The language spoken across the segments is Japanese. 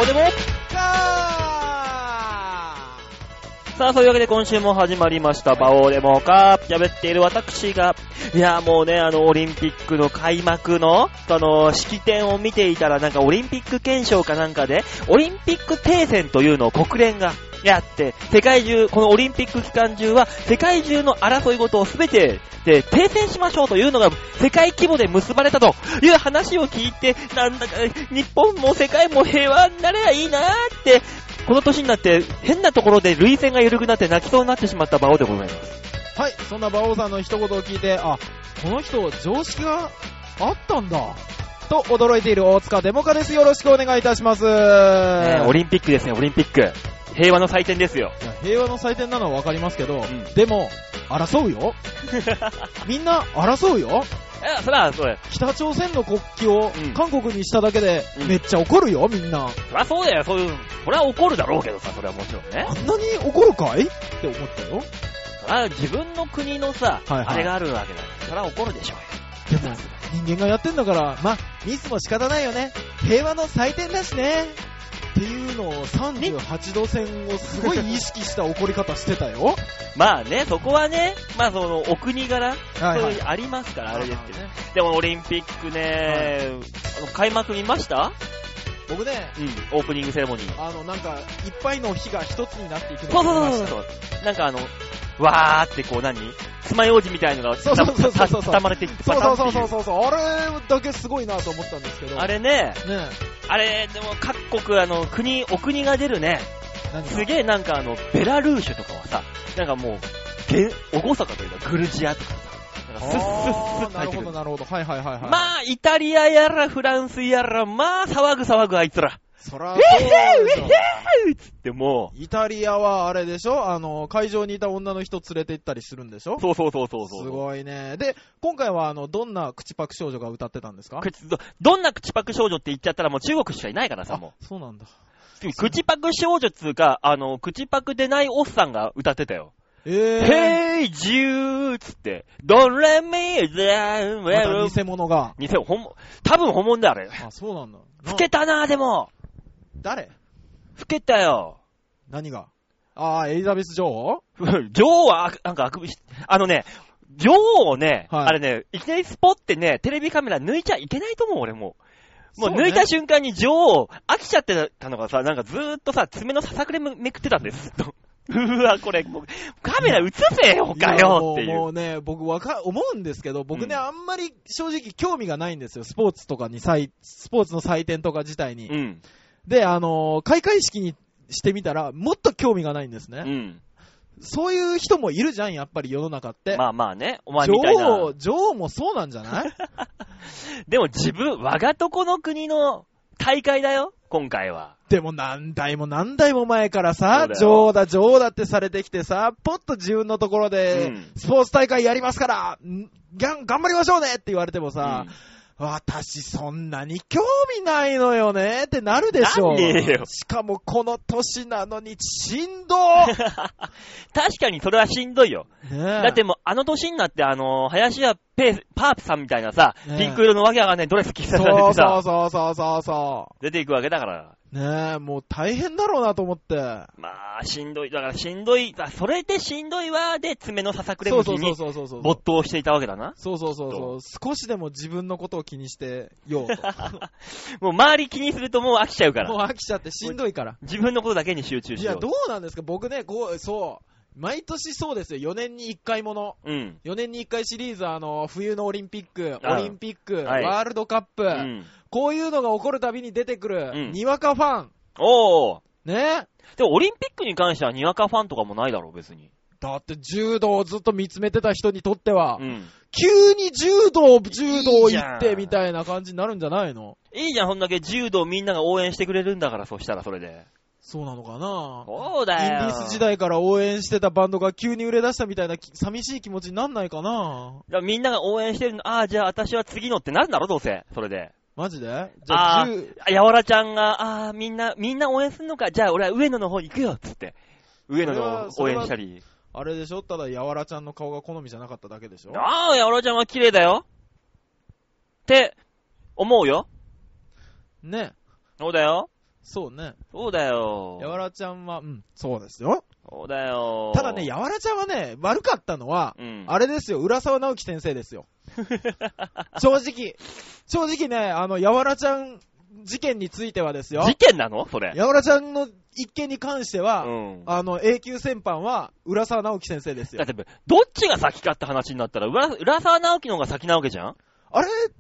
オデモさあ、そういうわけで今週も始まりましたバオデモカー。喋っている私が、いやもうね、オリンピックの開幕の、式典を見ていたら、なんかオリンピック憲章かなんかで、オリンピック停戦というのを国連がやって、世界中、このオリンピック期間中は、世界中の争い事をすべてで停戦しましょうというのが、世界規模で結ばれたという話を聞いて、なんだか、日本も世界も平和になればいいなーって、この年になって変なところで涙腺が緩くなって泣きそうになってしまった馬王でございます。 はい、そんな馬王さんの一言を聞いて、あ、この人常識があったんだと驚いている大塚デモカです。よろしくお願いいたします。 オリンピックですね、オリンピック。平和の祭典ですよ。 いや、平和の祭典なのはわかりますけど、でも争うよ。みんな争うよ。 そらそうや。 北朝鮮の国旗を韓国にしただけでめっちゃ怒るよ、みんな。 そらそうだよ、それは怒るだろうけどさ、それはもちろんね。 あんなに怒るかいって思ったよ。 そら自分の国のさ、 はいはい、 あれがあるわけだ。そら怒るでしょうよ。でも人間がやってんだから、ミスも仕方ないよね。平和の祭典だしね。っていうのを38度線をすごい意識した怒り方してたよ。 まあね、そこはね、お国柄、 はいはい、 そういうありますから、あれですけどね。でもオリンピックね、開幕見ました？ 僕ね、 オープニングセレモニー。 なんか、いっぱいの火が一つになっていくのを見ました。 そう。なんかわーってこう爪楊枝みたいのがたまれていってパタンっていう。 そう。あれだけすごいなと思ったんですけど。 あれね。あれ、でも各国、お国が出るね。すげえなんかベラルーシュとかはさ、なんかもう、おごそかというか、グルジアとかさ、なんかスッ入ってくる。 なるほど。はい。 イタリアやらフランスやら、騒ぐあいつら。 そら、 ウェヘーつってもイタリアはあれでしょ、会場にいた女の人連れて行ったりするんでしょ。 そう。 すごいね。で、今回はどんな口パク少女が歌ってたんですか？ どんな口パク少女って言っちゃったらもう中国しかいないからさ、もう。 そうなんだ。 口パク少女っつうか、口パクでないおっさんが歌ってたよ。Hey Jude つって、Don't let me down. また偽物が。 多分本物だ、あれ。 あ、そうなんだ。 老けたな、でも。 誰？ 老けたよ。 何が？エリザベス女王女王は、なんか女王をね、 はい、 あれね、いきなりスポってね、テレビカメラ抜いちゃいけないと思う、俺も。もう抜いた瞬間に女王、飽きちゃってたのがさ、なんかずーっとさ、爪のささくれめくってたんです、ずっと。うわ、これ、もうカメラ映せよかよっていう。 もうね、僕思うんですけど、僕ね、あんまり正直興味がないんですよ。スポーツの祭典とか自体に。で、開会式にしてみたら、もっと興味がないんですね。そういう人もいるじゃん、やっぱり世の中って。 まあね、お前みたいな。 女王もそうなんじゃない？ でも我がとこの国の大会だよ、今回は。 でも何代も前からさ、女王だってされてきてさ、ポッと自分のところで、スポーツ大会やりますから、頑張りましょうねって言われてもさ、私そんなに興味ないのよねってなるでしょ。しかもこの年なのにしんど確かにそれはしんどいよ。だってもうあの年になって林家パープさんみたいなさ、ピンク色のわけがねドレス着せられてさ、 そう出ていくわけだから。 ねえ、もう大変だろうなと思って。 しんどい。だからしんどい。それでしんどいわ。で、爪のささくれむきに没頭していたわけだな。 そう。少しでも自分のことを気にしてようと。 もう周り気にするともう飽きちゃうから。 もう飽きちゃってしんどいから。 自分のことだけに集中しよう。 いや、どうなんですか僕ね、毎年そうですよ。4年に1回もの。4年に1回シリーズ、冬のオリンピック、ワールドカップ、こういうのが起こるたびに出てくる、にわかファン。ね。 でもオリンピックに関してはにわかファンとかもないだろう、別に。 だって柔道をずっと見つめてた人にとっては、急に柔道行ってみたいな感じになるんじゃないの？ いいじゃん、そんだけ柔道みんなが応援してくれるんだから、そしたらそれで。 そうなのかな。 そうだよ。 インディース時代から応援してたバンドが急に売れ出したみたいな寂しい気持ちになんないかな。 みんなが応援してるの、じゃあ私は次のってなるんだろ、どうせ。それで。 マジで？ じゃあ、やわらちゃんが、みんな応援すんのか。じゃあ俺は上野の方行くよ、つって。上野の応援したり。 あれでしょ？ただやわらちゃんの顔が好みじゃなかっただけでしょ？ やわらちゃんは綺麗だよ。って、思うよ。 ね。 そうだよ。 そうね。 そうだよ。 やわらちゃんは、そうですよ。 そうだよ。 ただね、やわらちゃんはね、悪かったのは、あれですよ、浦沢直樹先生ですよ。正直ね、やわらちゃん事件についてはですよ。 事件なのそれ。 やわらちゃんの一件に関しては、永久戦犯は浦沢直樹先生ですよ。 だって、どっちが先かって話になったら、浦沢直樹の方が先なわけじゃん。 あれって、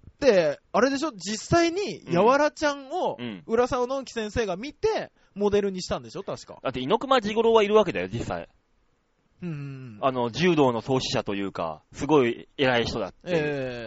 あれでしょ、実際にやわらちゃんを浦沢直樹先生が見て、モデルにしたんでしょ確か。 だって猪熊治五郎はいるわけだよ、実際。柔道の創始者というか、すごい偉い人だって。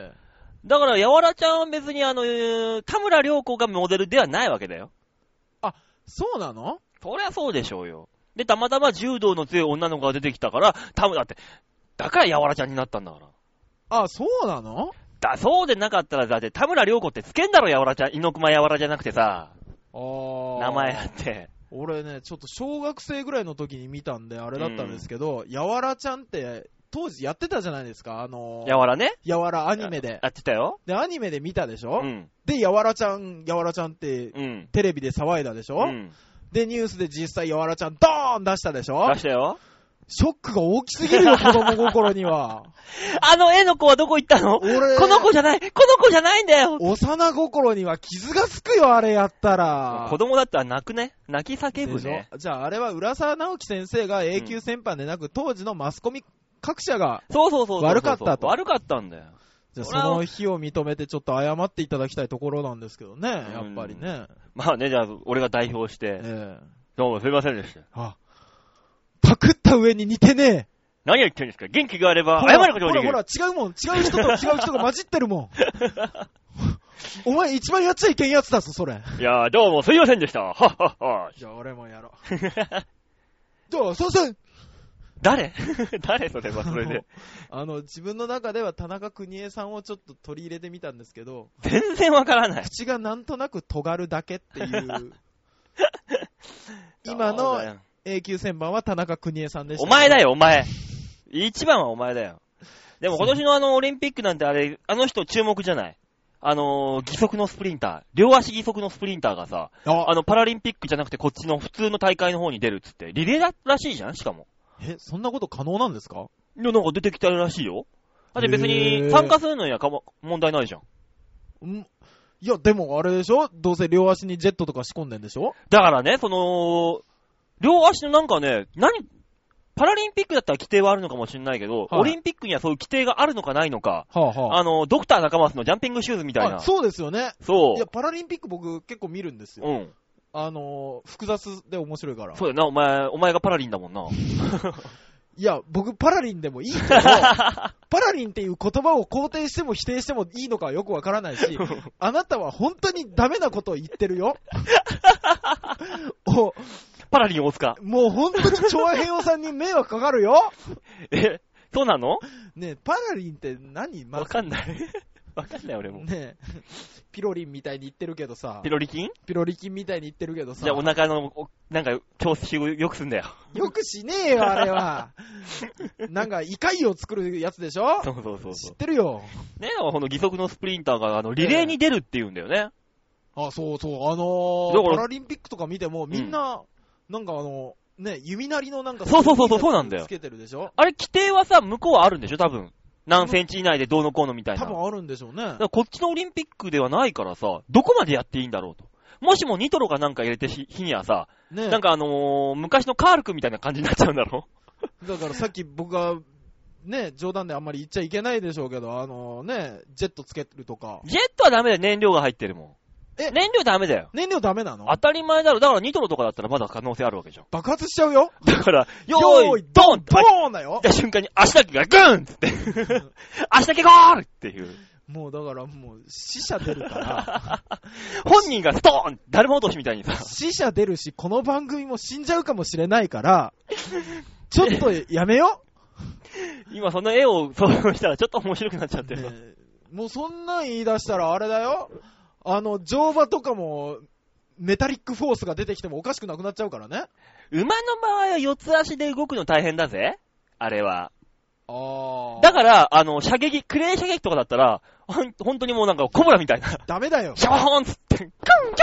だから、やわらちゃんは別に田村良子がモデルではないわけだよ。 あ、そうなの？ そりゃそうでしょうよ。で、たまたま柔道の強い女の子が出てきたから、だからやわらちゃんになったんだから。 あ、そうなの？ そうでなかったら、だって田村良子ってつけんだろ、やわらちゃん。猪熊やわらじゃなくてさ。名前あって。 俺ね、ちょっと小学生ぐらいの時に見たんで、あれだったんですけど、やわらちゃんって、当時やってたじゃないですか、 やわらね。 やわらアニメで。 やってたよ。 で、アニメで見たでしょ？で、やわらちゃんって、テレビで騒いだでしょ？で、ニュースで実際やわらちゃんドーン出したでしょ？ 出したよ。 ショックが大きすぎるよ、子供心には。 絵の子はどこ行ったの？この子じゃないんだよ。 幼心には傷がつくよ、あれやったら。 子供だったら泣くね。泣き叫ぶね。 じゃあ、あれは浦沢直樹先生が永久戦犯でなく、当時のマスコミ各社が悪かったと。 悪かったんだよ。 じゃあ、その日を認めてちょっと謝っていただきたいところなんですけどね、やっぱりね。 まあね、じゃあ、俺が代表して。どうもすいませんでした。 パクった上に似てねえ。 何を言ってるんですか？元気があれば謝ることができる。 ほら、違うもん。違う人と違う人が混じってるもん。お前一番やっちゃいけんやつだぞ、それ。 いやー、どうもすいませんでした。はっはっは。 じゃあ俺もやろう。どうそうそう。 誰それはそれで。 自分の中では田中邦衛さんをちょっと取り入れてみたんですけど。 全然わからない。 口がなんとなく尖るだけっていう。今の永久戦犯は田中邦衛さんでした、 お前だよ、お前。一番はお前だよ。でも今年のオリンピックなんてあの人注目じゃない？義足のスプリンター。両足義足のスプリンターがさ、パラリンピックじゃなくてこっちの普通の大会の方に出るっつって、リレーだらしいじゃんしかも。 そんなこと可能なんですか？ いや、なんか出てきたらしいよ。だって別に参加するのには問題ないじゃん。 いや、でもあれでしょ？どうせ両足にジェットとか仕込んでんでしょ？ だからね、両足のなんかね、パラリンピックだったら規定はあるのかもしれないけど、オリンピックにはそういう規定があるのかないのか、ドクター中松のジャンピングシューズみたいな。 そうですよね。 そう。 いや、パラリンピック僕結構見るんですよ。複雑で面白いから。 そうだよな、お前がパラリンだもんな。 いや、僕パラリンでもいいけど、パラリンっていう言葉を肯定しても否定してもいいのかはよくわからないし、あなたは本当にダメなことを言ってるよ。 パラリン大塚。 もう本当に長平洋さんに迷惑かかるよ。 そうなの？ ねえ、パラリンって何？ わかんない。わかんない俺も。 ねえ、ピロリンみたいに言ってるけどさ。 ピロリ菌みたいに言ってるけどさ。 じゃあお腹の、なんか、調子を良くすんだよ。 よくしねえよ、あれは。なんか、イカイを作るやつでしょ？ そう。 知ってるよ。 ねえ、この義足のスプリンターが、リレーに出るって言うんだよね。 そう。パラリンピックとか見ても、みんな、なんか弓なりのなんか、 そうなんだよ。 つけてるでしょ？ あれ、規定はさ、向こうはあるんでしょ多分。何センチ以内でどうのこうのみたいな。 多分あるんでしょうね。だからこっちのオリンピックではないからさ、どこまでやっていいんだろうと。もしもニトロかなんか入れて日にはさ、なんか昔のカール君みたいな感じになっちゃうんだろだからさっき僕が、ね、冗談であんまり言っちゃいけないでしょうけど、ジェットつけるとか。 ジェットはダメだよ、燃料が入ってるもん。燃料ダメだよ。 燃料ダメなの？ 当たり前だろ。だからニトロとかだったらまだ可能性あるわけじゃん。 爆発しちゃうよ。 だから、よーい、 ドンボーンだよ。 って瞬間に足だけがグーンって。足だけゴールっていう。 もうだから死者出るから。 本人がストーン誰も落としみたいにさ。 死者出るし、この番組も死んじゃうかもしれないから、ちょっとやめよ。 今その絵を想像したらちょっと面白くなっちゃってる。 もうそんなん言い出したらあれだよ。乗馬とかも、メタリックフォースが出てきてもおかしくなくなっちゃうからね。 馬の場合は四つ足で動くの大変だぜ。あれは。 だから、クレー射撃とかだったら、本当にもうなんかコブラみたいな。 ダメだよ。 シャワーンつって、キョンキョンキョ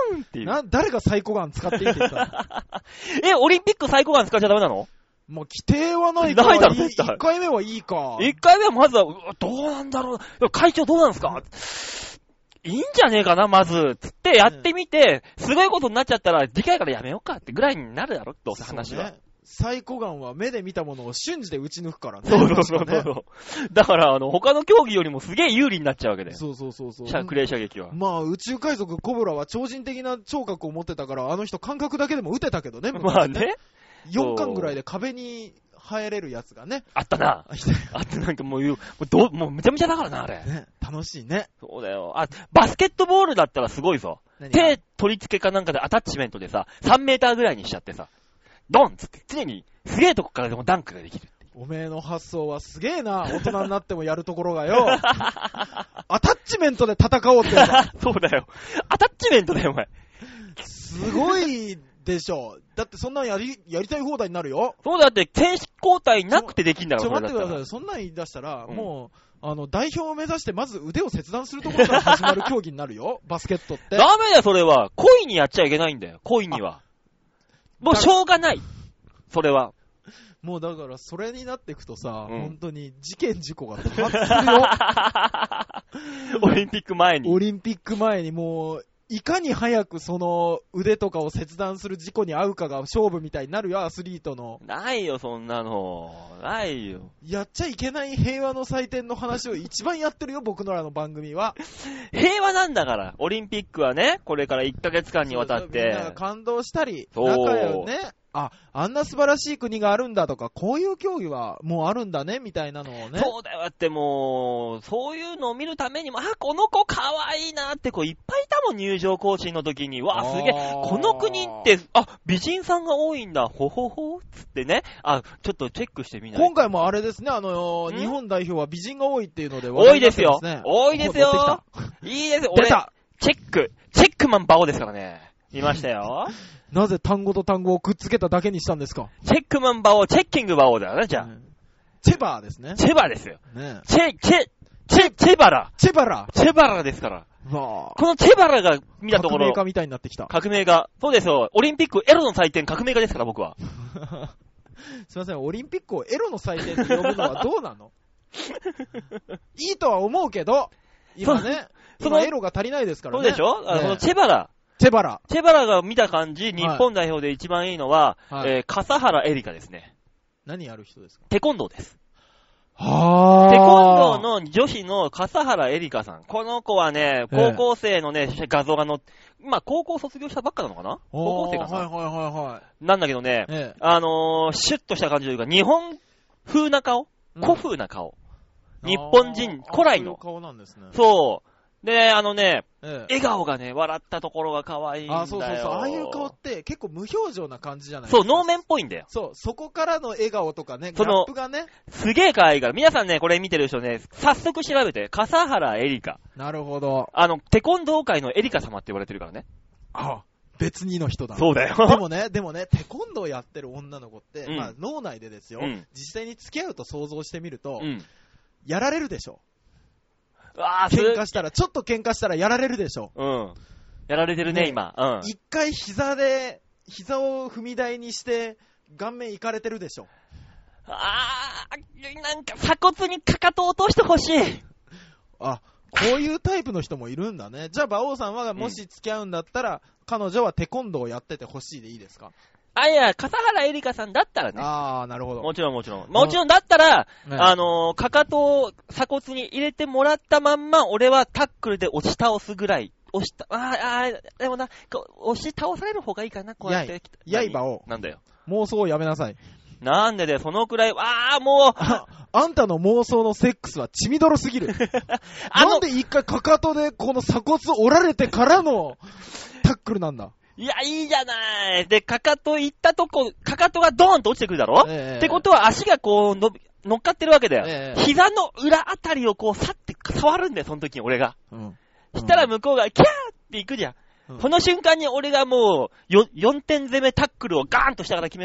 ーンっていう。 誰がサイコガン使っていいって言ったのオリンピックサイコガン使っちゃダメなの？ もう規定はないから、1回目はいいか。 1回目はまずは、どうなんだろう。会長どうなんですか？いいんじゃねえかな、まず。つってやってみて、すごいことになっちゃったら、次回からやめようかってぐらいになるだろ、どうせ話は。 サイコガンは目で見たものを瞬時で打ち抜くからね。 そうそう。だから、他の競技よりもすげえ有利になっちゃうわけで。 そう。 クレー射撃は。 まあ、宇宙海賊コブラは超人的な聴覚を持ってたから、あの人感覚だけでも撃てたけどね。 まあね。 4巻ぐらいで壁に入れるやつがね。 あったな。あってなんかもうめちゃめちゃだからな、あれ。 ね、楽しいね。 そうだよ。バスケットボールだったらすごいぞ。手取り付けかなんかでアタッチメントでさ、3メーターぐらいにしちゃってさ、ドンっつって常にすげえとこからでもダンクができる。 おめえの発想はすげえな、大人になってもやるところがよ。アタッチメントで戦おうってさ。 そうだよ。アタッチメントだよ、お前。 すごいでしょ。だってそんなんやりたい放題になるよ。 そうだって、選手交代なくてできんだろ、 待ってください。そんなん言い出したら、もう、代表を目指してまず腕を切断するところから始まる競技になるよ。バスケットって。 ダメだよ、それは。故意にやっちゃいけないんだよ、故意には。もうしょうがない。それは。 もうだから、それになっていくとさ、本当に事件事故が多発するよ。 オリンピック前にもう、いかに早くその腕とかを切断する事故に遭うかが勝負みたいになるよ、アスリートの。 ないよ、そんなの。ないよ。 やっちゃいけない平和の祭典の話を一番やってるよ、僕らの番組は。 平和なんだから。オリンピックはね、これから1ヶ月間にわたって。 みんなが感動したり、仲良くね。あんな素晴らしい国があるんだとか、こういう競技はもうあるんだね、みたいなのをね。 そうだよ、だってもう、そういうのを見るためにも、この子可愛いなって子いっぱいいたもん、入場行進の時に。わあ、すげえ。この国って、美人さんが多いんだ、ほほほつってね。ちょっとチェックしてみない。 今回もあれですね、日本代表は美人が多いっていうので、 多いですよ。多いですよ。いいですよ。 出た。 チェックマンバオですからね。見ましたよ。 なぜ単語と単語をくっつけただけにしたんですか？ チェックマンバオ、チェッキングバオだよね、じゃあ。 チェバーですね。 チェバーですよ。 ね、 チェバラ。 チェバラ。 チェバラですから。このチェバラが見たところ。 革命家みたいになってきた。 革命家。そうですよ。オリンピックエロの祭典革命家ですから、僕は。 すいません、オリンピックをエロの祭典って呼ぶのはどうなの？いいとは思うけど、今ね、今エロが足りないですからね。 そうでしょ？このチェバラが見た感じ、日本代表で一番いいのは、笠原エリカですね。 何やる人ですか？ テコンドーです。 テコンドーの女子の笠原エリカさん。この子はね、高校生のね、画像が高校卒業したばっかなのかな？高校生かな？ はい。 なんだけどね、シュッとした感じというか、日本風な顔、古風な顔。日本人、古来の。 そういう顔なんですね。 そう。で、笑顔がね、笑ったところが可愛いんだよ。 そう。ああいう顔って結構無表情な感じじゃないですか。そう、能面っぽいんだよ。 そう、そこからの笑顔とかね、ギャップがね。 すげえ可愛いから。皆さんね、これ見てる人ね、早速調べて、笠原エリカ。 なるほど。 テコンドー界のエリカ様って言われてるからね。 別にの人だ。 そうだよ。 でもね、テコンドーやってる女の子って、脳内でですよ、実際に付き合うと想像してみると、やられるでしょ。ちょっと喧嘩したらやられるでしょ。 やられてるね、今。 一回膝を踏み台にして、顔面いかれてるでしょ。 なんか鎖骨にかかと落としてほしい。 こういうタイプの人もいるんだね。じゃあ、馬王さんはもし付き合うんだったら、彼女はテコンドーをやっててほしいでいいですか？ いや、笠原エリカさんだったらね。 なるほど。 もちろんだったら、かかとを鎖骨に入れてもらったまんま、俺はタックルで押し倒すぐらい。でもな、押し倒される方がいいかな、こうやって。 刃を。 なんだよ。 妄想をやめなさい。 なんでだよ、そのくらい、もう。 あんたの妄想のセックスは血みどろすぎる。なんで一回かかとでこの鎖骨折られてからのタックルなんだ。 いや、いいじゃない。で、かかと行ったとこ、かかとがドーンと落ちてくるだろ、ってことは足がこう乗っかってるわけだよ。膝の裏あたりをこう、さって触るんだよ、その時に俺が。したら向こうが、キャーって行くじゃん。その瞬間に俺がもう、4点攻めタックルをガーンと下から決めるわけだ。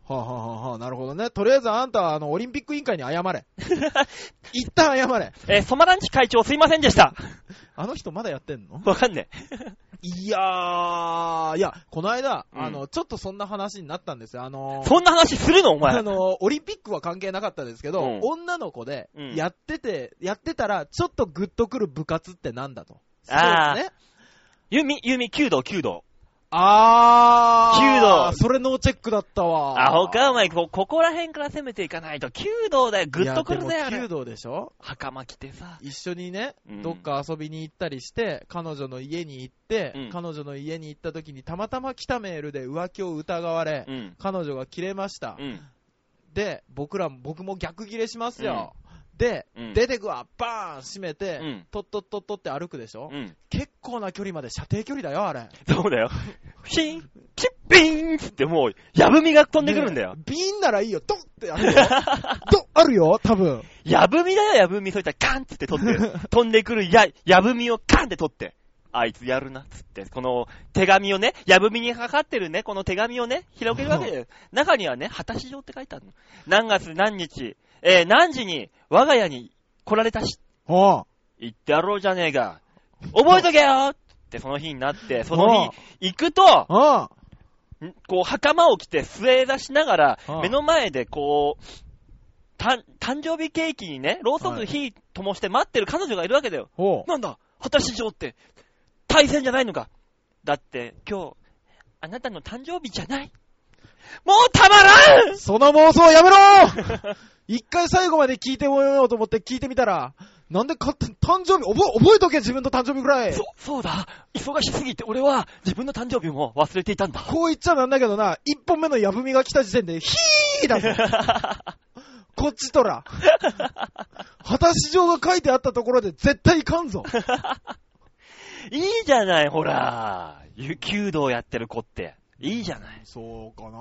はあ、はあはあ、なるほどね。とりあえずあんたはオリンピック委員会に謝れ。一旦謝れ。 ソマランチ会長すいませんでした。 あの人まだやってんの？ わかんねえ。 いや、この間、ちょっとそんな話になったんですよ。 そんな話するのお前。 オリンピックは関係なかったですけど、女の子で、やってたら、ちょっとグッとくる部活ってなんだと。 そうですね。弓、弓道。 弓道。それノーチェックだったわ。 他お前、ここら辺から攻めていかないと、弓道だよ、グッとくるぜよ。 弓道でしょ？ 袴着てさ。 一緒にね、どっか遊びに行ったりして、彼女の家に行って、彼女の家に行った時にたまたま来たメールで浮気を疑われ、彼女が切れました。で、僕も逆ギレしますよ。で、出てくわ、バーン閉めて、とっとっとっとって歩くでしょ、結構な距離まで射程距離だよ、あれ。 そうだよ。シン、チッピーンつってもう、やぶみが飛んでくるんだよ。 ビーンならいいよ、ドンってあるよ。ドンあるよ、多分。 やぶみだよ、やぶみ。そういったらカンつって取って、飛んでくるやぶみをカンって取って。あいつやるな、つって。この手紙をね、やぶみにかかってるね、この手紙をね、広げるわけだよ。中にはね、果たし状って書いてあるの。何月何日、何時に我が家に来られたし。言ってやろうじゃねえか。覚えとけよってその日になって、その日行くと、こう袴を着て据え出しながら、目の前でこう、誕生日ケーキにね、ろうそく火灯して待ってる彼女がいるわけだよ。なんだ果たし状って、対戦じゃないのか。だって、今日、あなたの誕生日じゃない。もうたまらん！ その妄想やめろ一回最後まで聞いてもらおうと思って聞いてみたら、なんで誕生日、覚えとけ自分の誕生日ぐらい。 そうだ。忙しすぎて俺は自分の誕生日も忘れていたんだ。 こう言っちゃなんだけどな、一本目のやぶみが来た時点で、ヒーだぞこっちとら。果たし状が書いてあったところで絶対いかんぞ。 いいじゃない、ほら。弓道やってる子って。いいじゃない。 そうか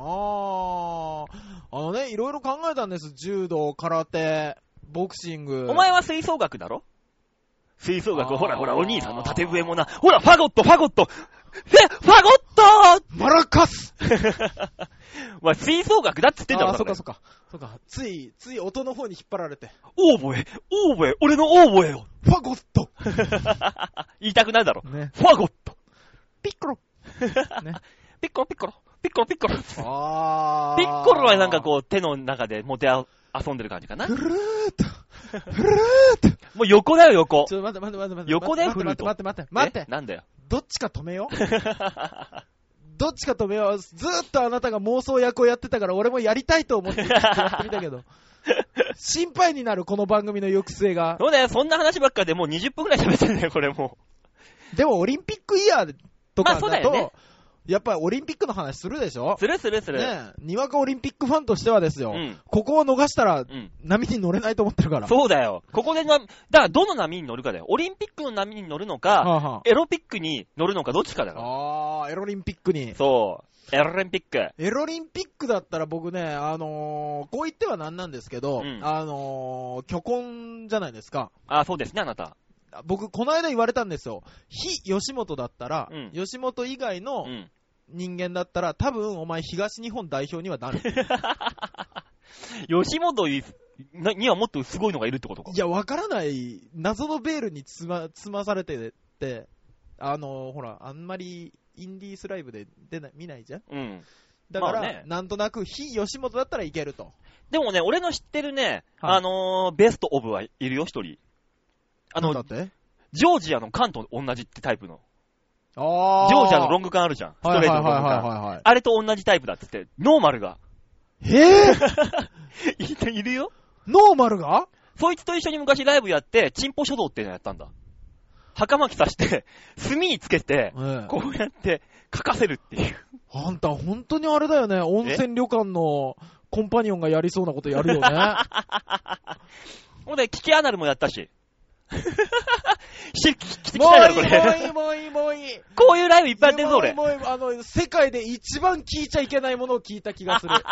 な。いろいろ考えたんです。柔道、空手、ボクシング。 お前は吹奏楽だろ？吹奏楽、ほら、お兄さんの縦笛もな。ほら、ファゴットファゴットマラカスお前、吹奏楽だっつってんだろ。 そうか。つい音の方に引っ張られて。 オーボエ、俺のオーボエよ。 ファゴット言いたくないだろ。 ね、 ファゴット。 ピッコロ。ね、 ピッコロ。ピッコロはなんかこう、手の中でもて遊んでる感じかな。 フルート。 もう横だよ、横。 ちょっと待って。 横でフルート。 待って。 なんだよ。 どっちか止めよう。ずーっとあなたが妄想役をやってたから俺もやりたいと思ってやってみたけど。心配になる、この番組の抑制が。 そうだよ、そんな話ばっかでもう20分くらい喋ってんだよ、これもう。でもオリンピックイヤーとかだと、 そうだよね、 やっぱりオリンピックの話するでしょ？ する。 ね、にわかオリンピックファンとしてはですよ。ここを逃したら、波に乗れないと思ってるから。 そうだよ。ここでだからどの波に乗るかだよ。オリンピックの波に乗るのか、エロピックに乗るのかどっちかだから。 エロリンピックに。 そう。エロリンピック。 エロリンピックだったら僕ね、こう言ってはなんなんですけど、虚婚じゃないですか。 そうですね、あなた。 僕、この間言われたんですよ。非吉本だったら、吉本以外の人間だったら、多分お前東日本代表にはなる。 吉本にはもっとすごいのがいるってことか。 いや、わからない。謎のベールにつまされてて、ほら、あんまりインディースライブで見ないじゃん。だから、なんとなく非吉本だったらいけると。 でもね、俺の知ってるね、ベストオブはいるよ、一人。 だってジョージアの缶と同じってタイプの。ジョージアのロング缶あるじゃん。ストレートのロング缶。あれと同じタイプだって言って、ノーマルが。いるよ。 ノーマルが？ そいつと一緒に昔ライブやって、チンポ書道っていうのやったんだ。袴着さして、墨につけて、こうやって書かせるっていう。 あんた本当にあれだよね。温泉旅館のコンパニオンがやりそうなことやるよね。 ほんで、キキアナルもやったし。 もういい。 こういうライブいっぱいやってるぞ、俺。 もう世界で一番聞いちゃいけないものを聞いた気がする。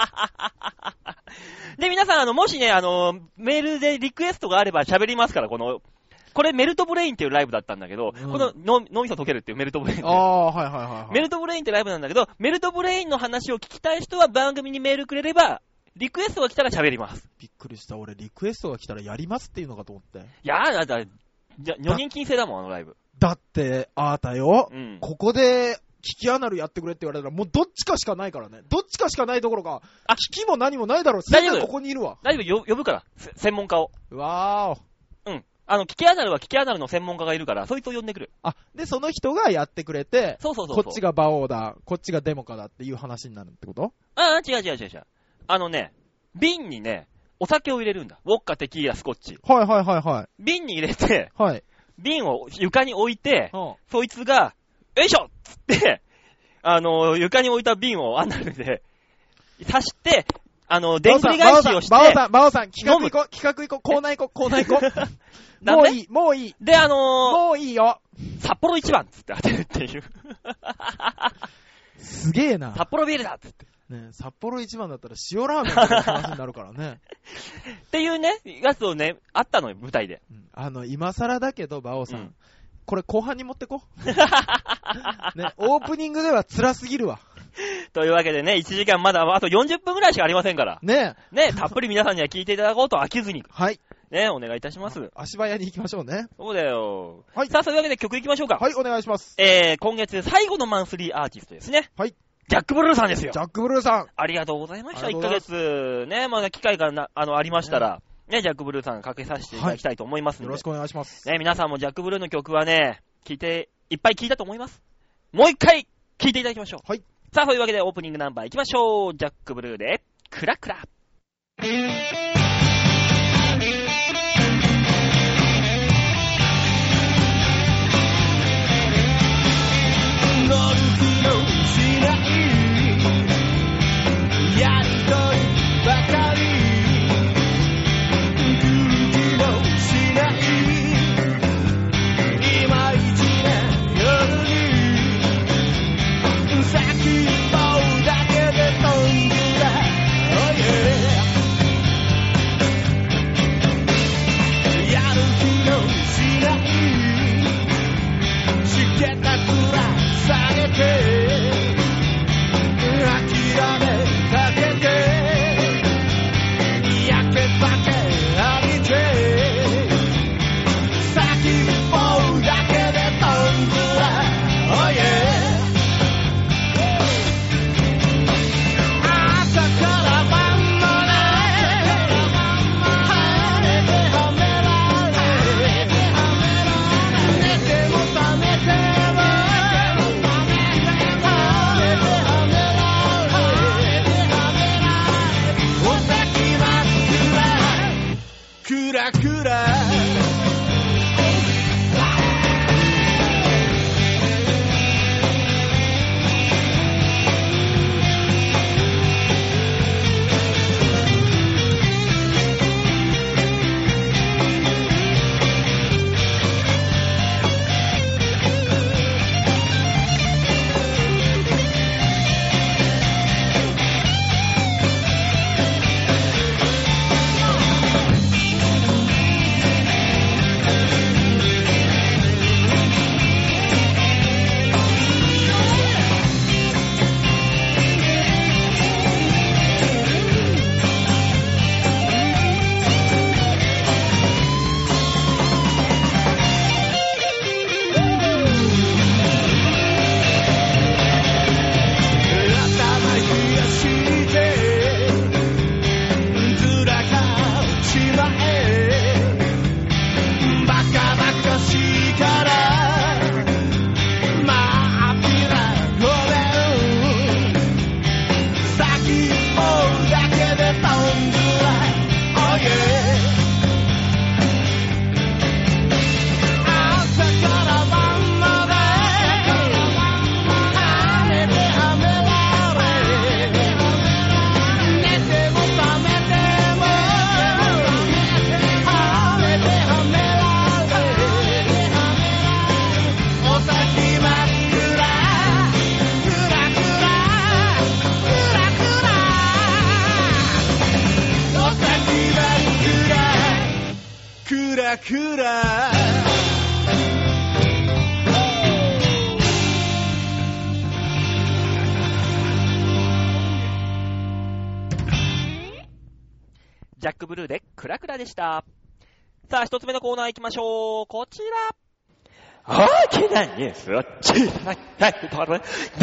で、皆さん、もしね、メールでリクエストがあれば喋りますから、ここれメルトブレインっていうライブだったんだけど、この脳みそ溶けるっていうメルトブレイン。メルトブレインってライブなんだけど、メルトブレインの話を聞きたい人は番組にメールくれれば、リクエストが来たら喋ります。 びっくりした。俺、リクエストが来たらやりますっていうのかと思って。 いやー、女人禁制だもん、あのライブ。 だって、あーたよ、ここで、キキアナルやってくれって言われたら、もうどっちかしかないからね。どっちかしかないところか、キキも何もないだろう。 大丈夫。 ここにいるわ。 大丈夫、呼ぶから。専門家を。 わーお。キキアナルはキキアナルの専門家がいるから、そいつを呼んでくる。 で、その人がやってくれて、 そう。 こっちが馬王だ、こっちがデモカだっていう話になるってこと？ 違う。瓶にね、お酒を入れるんだ。ウォッカ、テキーラ、スコッチ。 はい。 瓶に入れて、 はい。 瓶を床に置いて、そいつが、よいしょっつって、床に置いた瓶をアナルで刺して、でんぐり返しをして、 馬王さん、企画行こう、コーナー行こう。もういい。 で、 もういいよ。 札幌一番っつって当てるっていう。 すげえな。 札幌ビールだっつって。 ね、札幌一番だったら塩ラーメンって話になるからね。 っていうね、やつをね、あったのよ、舞台で。 今更だけど、馬王さん。これ後半に持ってこ。ね、オープニングでは辛すぎるわ。 というわけでね、1時間まだあと40分ぐらいしかありませんから。 ね、 たっぷり皆さんには聞いていただこうと飽きずに。 はい。 ね、お願いいたします。 足早に行きましょうね。 そうだよ。 はい。 さあ、そういうわけで曲行きましょうか。 はい、お願いします。 今月最後のマンスリーアーティストですね。 はい。 ジャック・ブルーさんですよ。 ジャック・ブルーさん。 ありがとうございました。1ヶ月、ね、まだ機会がありましたら、ね、ジャック・ブルーさんかけさせていただきたいと思いますので。 よろしくお願いします。 ね、皆さんもジャック・ブルーの曲はね、いっぱい聴いたと思います。もう一回聴いていただきましょう。 はい。 さあ、そういうわけでオープニングナンバー行きましょう。ジャック・ブルーで、クラクラ。乗る気のしないやりとりばかり空気のしないいまいちな夜に先一歩だけで飛んでた Oh yeah 村。 ジャックブルーでクラクラでした。さあ、一つ目のコーナー行きましょう。こちら。大きなニュースを小さいタイトル。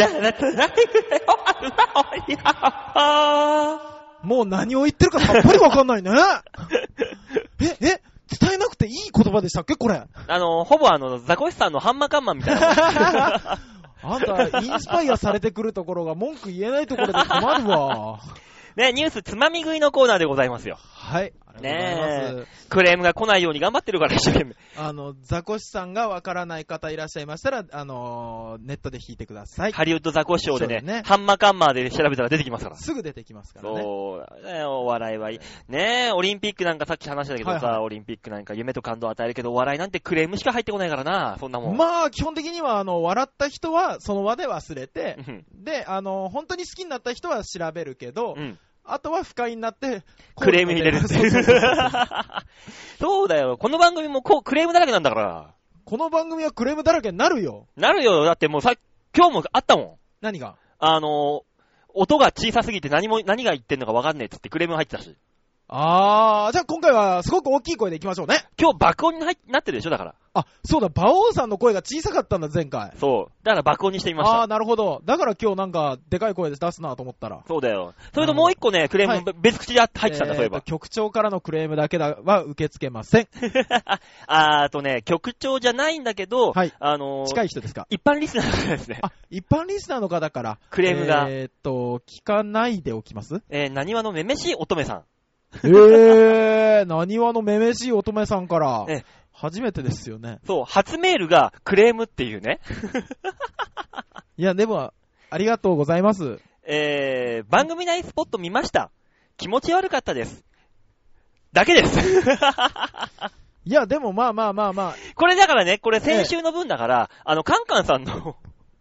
もう何を言ってるかさっぱりわかんないね。伝えなくていい言葉でしたっけこれ。 ほぼザコシさんのハンマカンマンみたいな。 あんた、インスパイアされてくるところが文句言えないところで困るわ。 ね、ニュースつまみ食いのコーナーでございますよ。 はい。ありがとうございます。クレームが来ないように頑張ってるから一生懸命。 ザコシさんがわからない方いらっしゃいましたら、ネットで弾いてください。 ハリウッドザコシショーでね、ハンマカンマーで調べたら出てきますから。 すぐ出てきますからね。 そうだね、お笑いはいい。ねえ、オリンピックなんかさっき話したけどさ、はいはい、オリンピックなんか夢と感動を与えるけど、お笑いなんてクレームしか入ってこないからな、そんなもん。 まあ、基本的には、笑った人はその場で忘れて、で、本当に好きになった人は調べるけど、あとは不快になって、 クレーム入れるっていう。そうだよ。この番組もクレームだらけなんだから。 この番組はクレームだらけになるよ。 なるよ。だってもう今日もあったもん。 何が？ 音が小さすぎて何が言ってんのか分かんねえって言ってクレーム入ってたし。 じゃあ今回はすごく大きい声でいきましょうね。 今日爆音になってるでしょ、だから。 あ、そうだ、馬王さんの声が小さかったんだ、前回。 そう。だから爆音にしてみました。 なるほど。だから今日なんか、でかい声で出すなと思ったら。 そうだよ。それともう一個ね、クレーム、別口で入ってたんだ、そういえば。 局長からのクレームだけは受け付けません。 局長じゃないんだけど、 はい。近い人ですか？ 一般リスナーの方ですね。 一般リスナーの方から。 クレームが。 聞かないでおきます？ 何話のめめしい乙女さん。 何話のめめしい乙女さんから、初めてですよね。 そう、初メールがクレームっていうね。 いや、でも、ありがとうございます。 番組内スポット見ました。気持ち悪かったです。だけです。 いや、でもまあ。 これだからね、これ先週の分だから、カンカンさんの。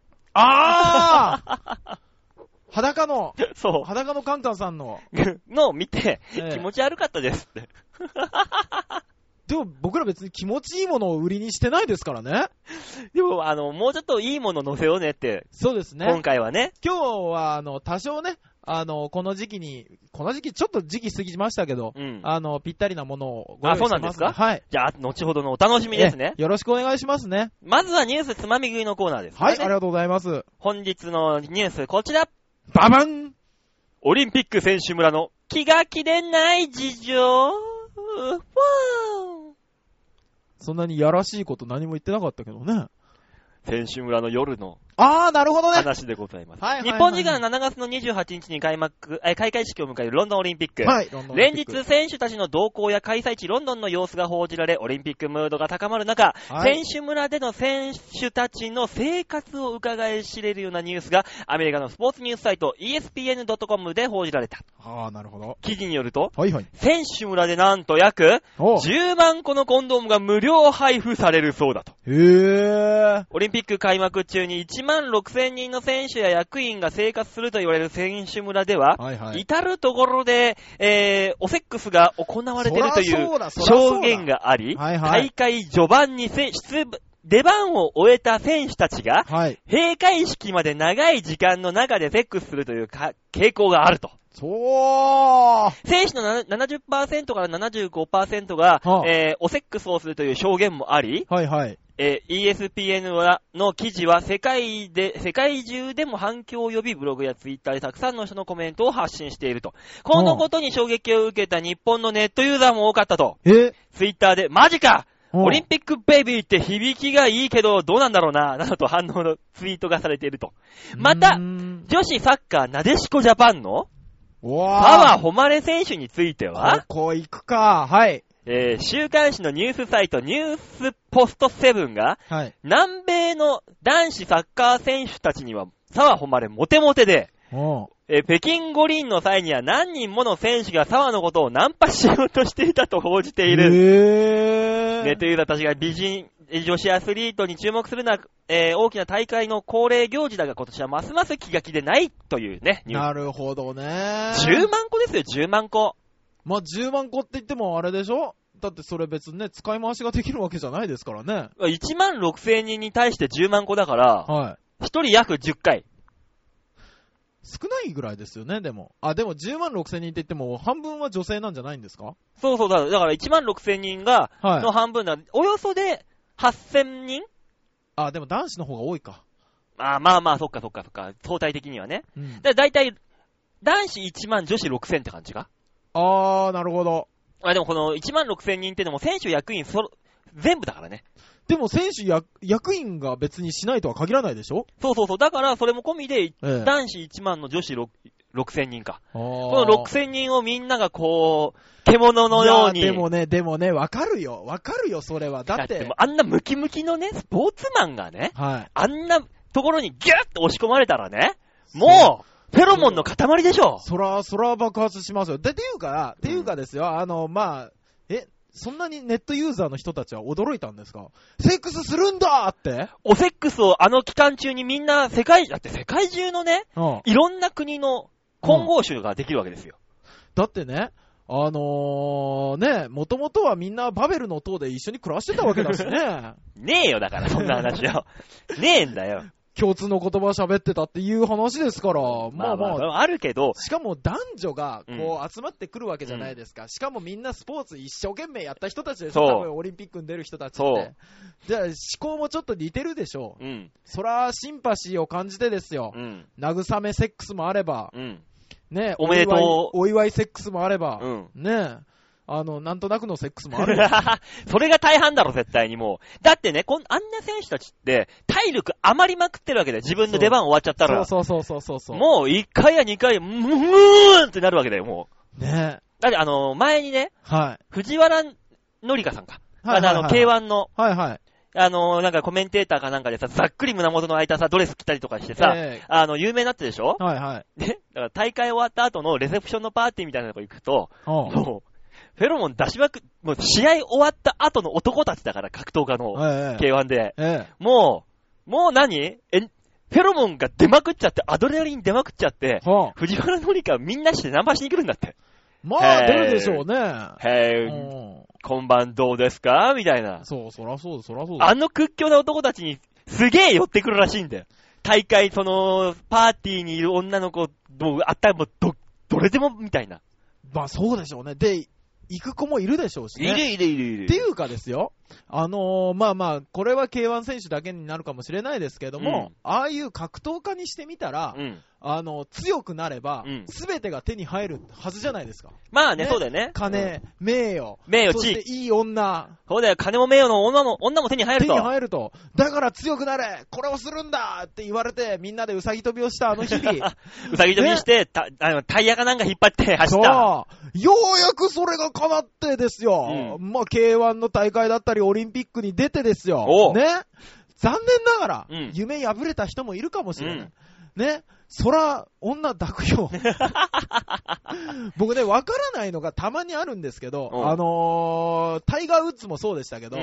裸のカンカンさんの見て、気持ち悪かったですって。 でも僕ら別に気持ちいいものを売りにしてないですからね。 でももうちょっといいもの載せようねって。 そうですね。 今回はね。 今日は多少ね、この時期ちょっと時期過ぎましたけど、ぴったりなものをご用意してます。 そうなんですか？ はい。 じゃあ、後ほどのお楽しみですね。 よろしくお願いしますね。 まずはニュースつまみ食いのコーナーです、ね。 はい、ありがとうございます。 本日のニュース、こちら。 ババン！ オリンピック選手村の気が気でない事情。 そんなにやらしいこと何も言ってなかったけどね。 選手村の夜のなるほどね。 話でございます。日本時間7月の28日に開会式を迎えるロンドンオリンピック。 はい、 連日選手たちの動向や開催地ロンドンの様子が報じられ、オリンピックムードが高まる中、選手村での選手たちの生活を伺い知れるようなニュースがアメリカのスポーツニュースサイト ESPN.com で報じられた。 なるほど。 記事によると、 はいはい、 選手村でなんと約10万個のコンドームが無料配布されるそうだと。オリンピック開幕中に1万6000人の選手や役員が生活すると言われる選手村では、至るところで、おセックスが行われているという証言があり、大会序盤に出番を終えた選手たちが、閉会式まで長い時間の中でセックスするという傾向があると。選手の 70% から 75% が、おセックスをするという証言もあり、ESPN の記事は世界中でも反響を呼び、ブログやツイッターでたくさんの人のコメントを発信していると。このことに衝撃を受けた日本のネットユーザーも多かったと。ツイッターで、マジかオリンピックベイビーって響きがいいけどどうなんだろうな、などと反応のツイートがされていると。また、女子サッカーなでしこジャパンの澤穂希選手については、 ここ行くか。はい。 週刊誌のニュースサイトニュースポスト7が、南米の男子サッカー選手たちには澤穂希モテモテで、北京五輪の際には何人もの選手が澤のことをナンパしようとしていたと報じている。ネットユーザーたちが美人女子アスリートに注目する大きな大会の恒例行事だが、今年はますます気が気でないというね。 なるほどね。 10万個ですよ、10万個。 10万個って言ってもあれでしょだってそれ別にね、使い回しができるわけじゃないですからね。 16,000人に対して10万個だから、 はい。 1人約10回。 少ないぐらいですよね、でも。でも10万6千人って言っても、半分は女性なんじゃないんですか？ そうそう、だから16,000人が、 はい、 の半分だ、およそで8,000人？ でも男子の方が多いか。 まあ、そっか。相対的にはね。 うん。 だいたい、男子1万、女子6,000って感じか？ なるほど。 でもこの1万6,000人ってのも選手役員全部だからね。 でも選手役員が別にしないとは限らないでしょ？ そう。だからそれも込みで、男子1万の女子6,000人か。この6,000人をみんながこう、獣のように。 でもね、わかるよ、それは。だって。 あんなムキムキのね、スポーツマンがね、 はい。 あんなところにギュッと押し込まれたらね、もう、フェロモンの塊でしょ。 そら爆発しますよ。っていうかですよ、そんなにネットユーザーの人たちは驚いたんですか？セックスするんだって？ おセックスをあの期間中にみんな世界中のね、いろんな国の混合種ができるわけですよ。 だってね、もともとはみんなバベルの塔で一緒に暮らしてたわけだしね。 ねえよ、だからそんな話よ。ねえんだよ。 共通の言葉喋ってたっていう話ですから。まああるけど。 しかも男女がこう集まってくるわけじゃないですか。しかもみんなスポーツ一生懸命やった人たちですよ。多分オリンピックに出る人たちって。じゃあ思考もちょっと似てるでしょう。そらシンパシーを感じてですよ。慰めセックスもあれば。ね、 おめでとう。 お祝いセックスもあれば。ね。なんとなくのセックスもあるよ。 それが大半だろ、絶対にもう。だってね、あんな選手たちって、体力余りまくってるわけだよ。自分の出番終わっちゃったら。 そう。もう 1回や2回、ーんってなるわけだよ、もう。 ね。 だって前にね、 はい。 藤原紀香さんか。K1 の。 はい。 なんかコメンテーターかなんかでさ、ざっくり胸元の開いたさ、ドレス着たりとかしてさ、有名になってでしょ？ はい。 ね。だから大会終わった後のレセプションのパーティーみたいなとこ行くと、もう、フェロモン出しまく、もう試合終わった後の男たちだから、格闘家の K1 で。もう何？フェロモンが出まくっちゃって、アドレナリン出まくっちゃって、藤原紀香みんなしてナンパしに来るんだって。 まあ、出るでしょうね。 今晩どうですかみたいな。 そらそう。 あの屈強な男たちにすげえ寄ってくるらしいんだよ。大会、パーティーにいる女の子、もう、どれでも、みたいな。 まあ、そうでしょうね。で、行く子もいるでしょうしね。 いる。 っていうかですよ。これは K1 選手だけになるかもしれないですけども、ああいう格闘家にしてみたら、強くなれば、すべてが手に入るはずじゃないですか。 まあね、そうだよね。 金、名誉、 そしていい女。 そうだよ、金も名誉の女も手に入ると。 手に入ると。だから強くなれ、これをするんだって言われて、みんなでうさぎ跳びをしたあの日々。 うさぎ跳びして、タイヤかなんか引っ張って走った。 ようやくそれが叶ってですよ。まあ、K1 の大会だったり、オリンピックに出てですよ。ね。残念ながら、夢破れた人もいるかもしれない。ね。そら、女抱くよ。僕ね、わからないのがたまにあるんですけど、タイガー・ウッズもそうでしたけど、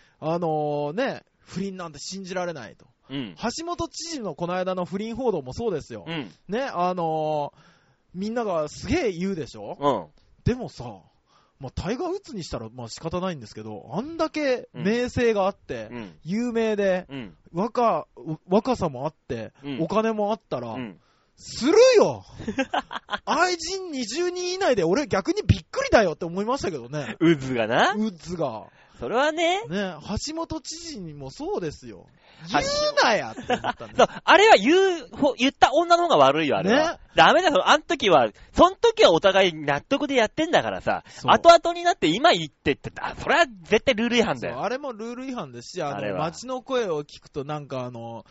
不倫なんて信じられないと。橋本知事のこの間の不倫報道もそうですよ。ね、みんながすげえ言うでしょ？でもさ、まあ、タイガー・ウッズにしたらまあ仕方ないんですけど、あんだけ名声があって、有名で、若さもあって、お金もあったら、するよ愛人20人以内で俺逆にびっくりだよって思いましたけどね。 ウッズがな。 ウッズが。それはね。 橋本知事にもそうですよ。言うなやって思ったんだ。あれは言った女の方が悪いよ、あれは。ダメだよ、その時はお互い納得でやってんだからさ、後々になって今言ってそれは絶対ルール違反だよ。 あれもルール違反ですし、街の声を聞くとなんか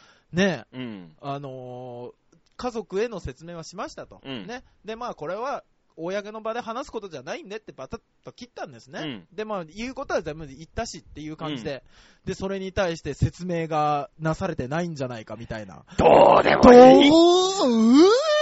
家族への説明はしましたと。ね。で、まあこれは、公の場で話すことじゃないんでってバタッと切ったんですね。で、まあ言うことは全部言ったしっていう感じで、で、それに対して説明がなされてないんじゃないかみたいな。 どうでもいい。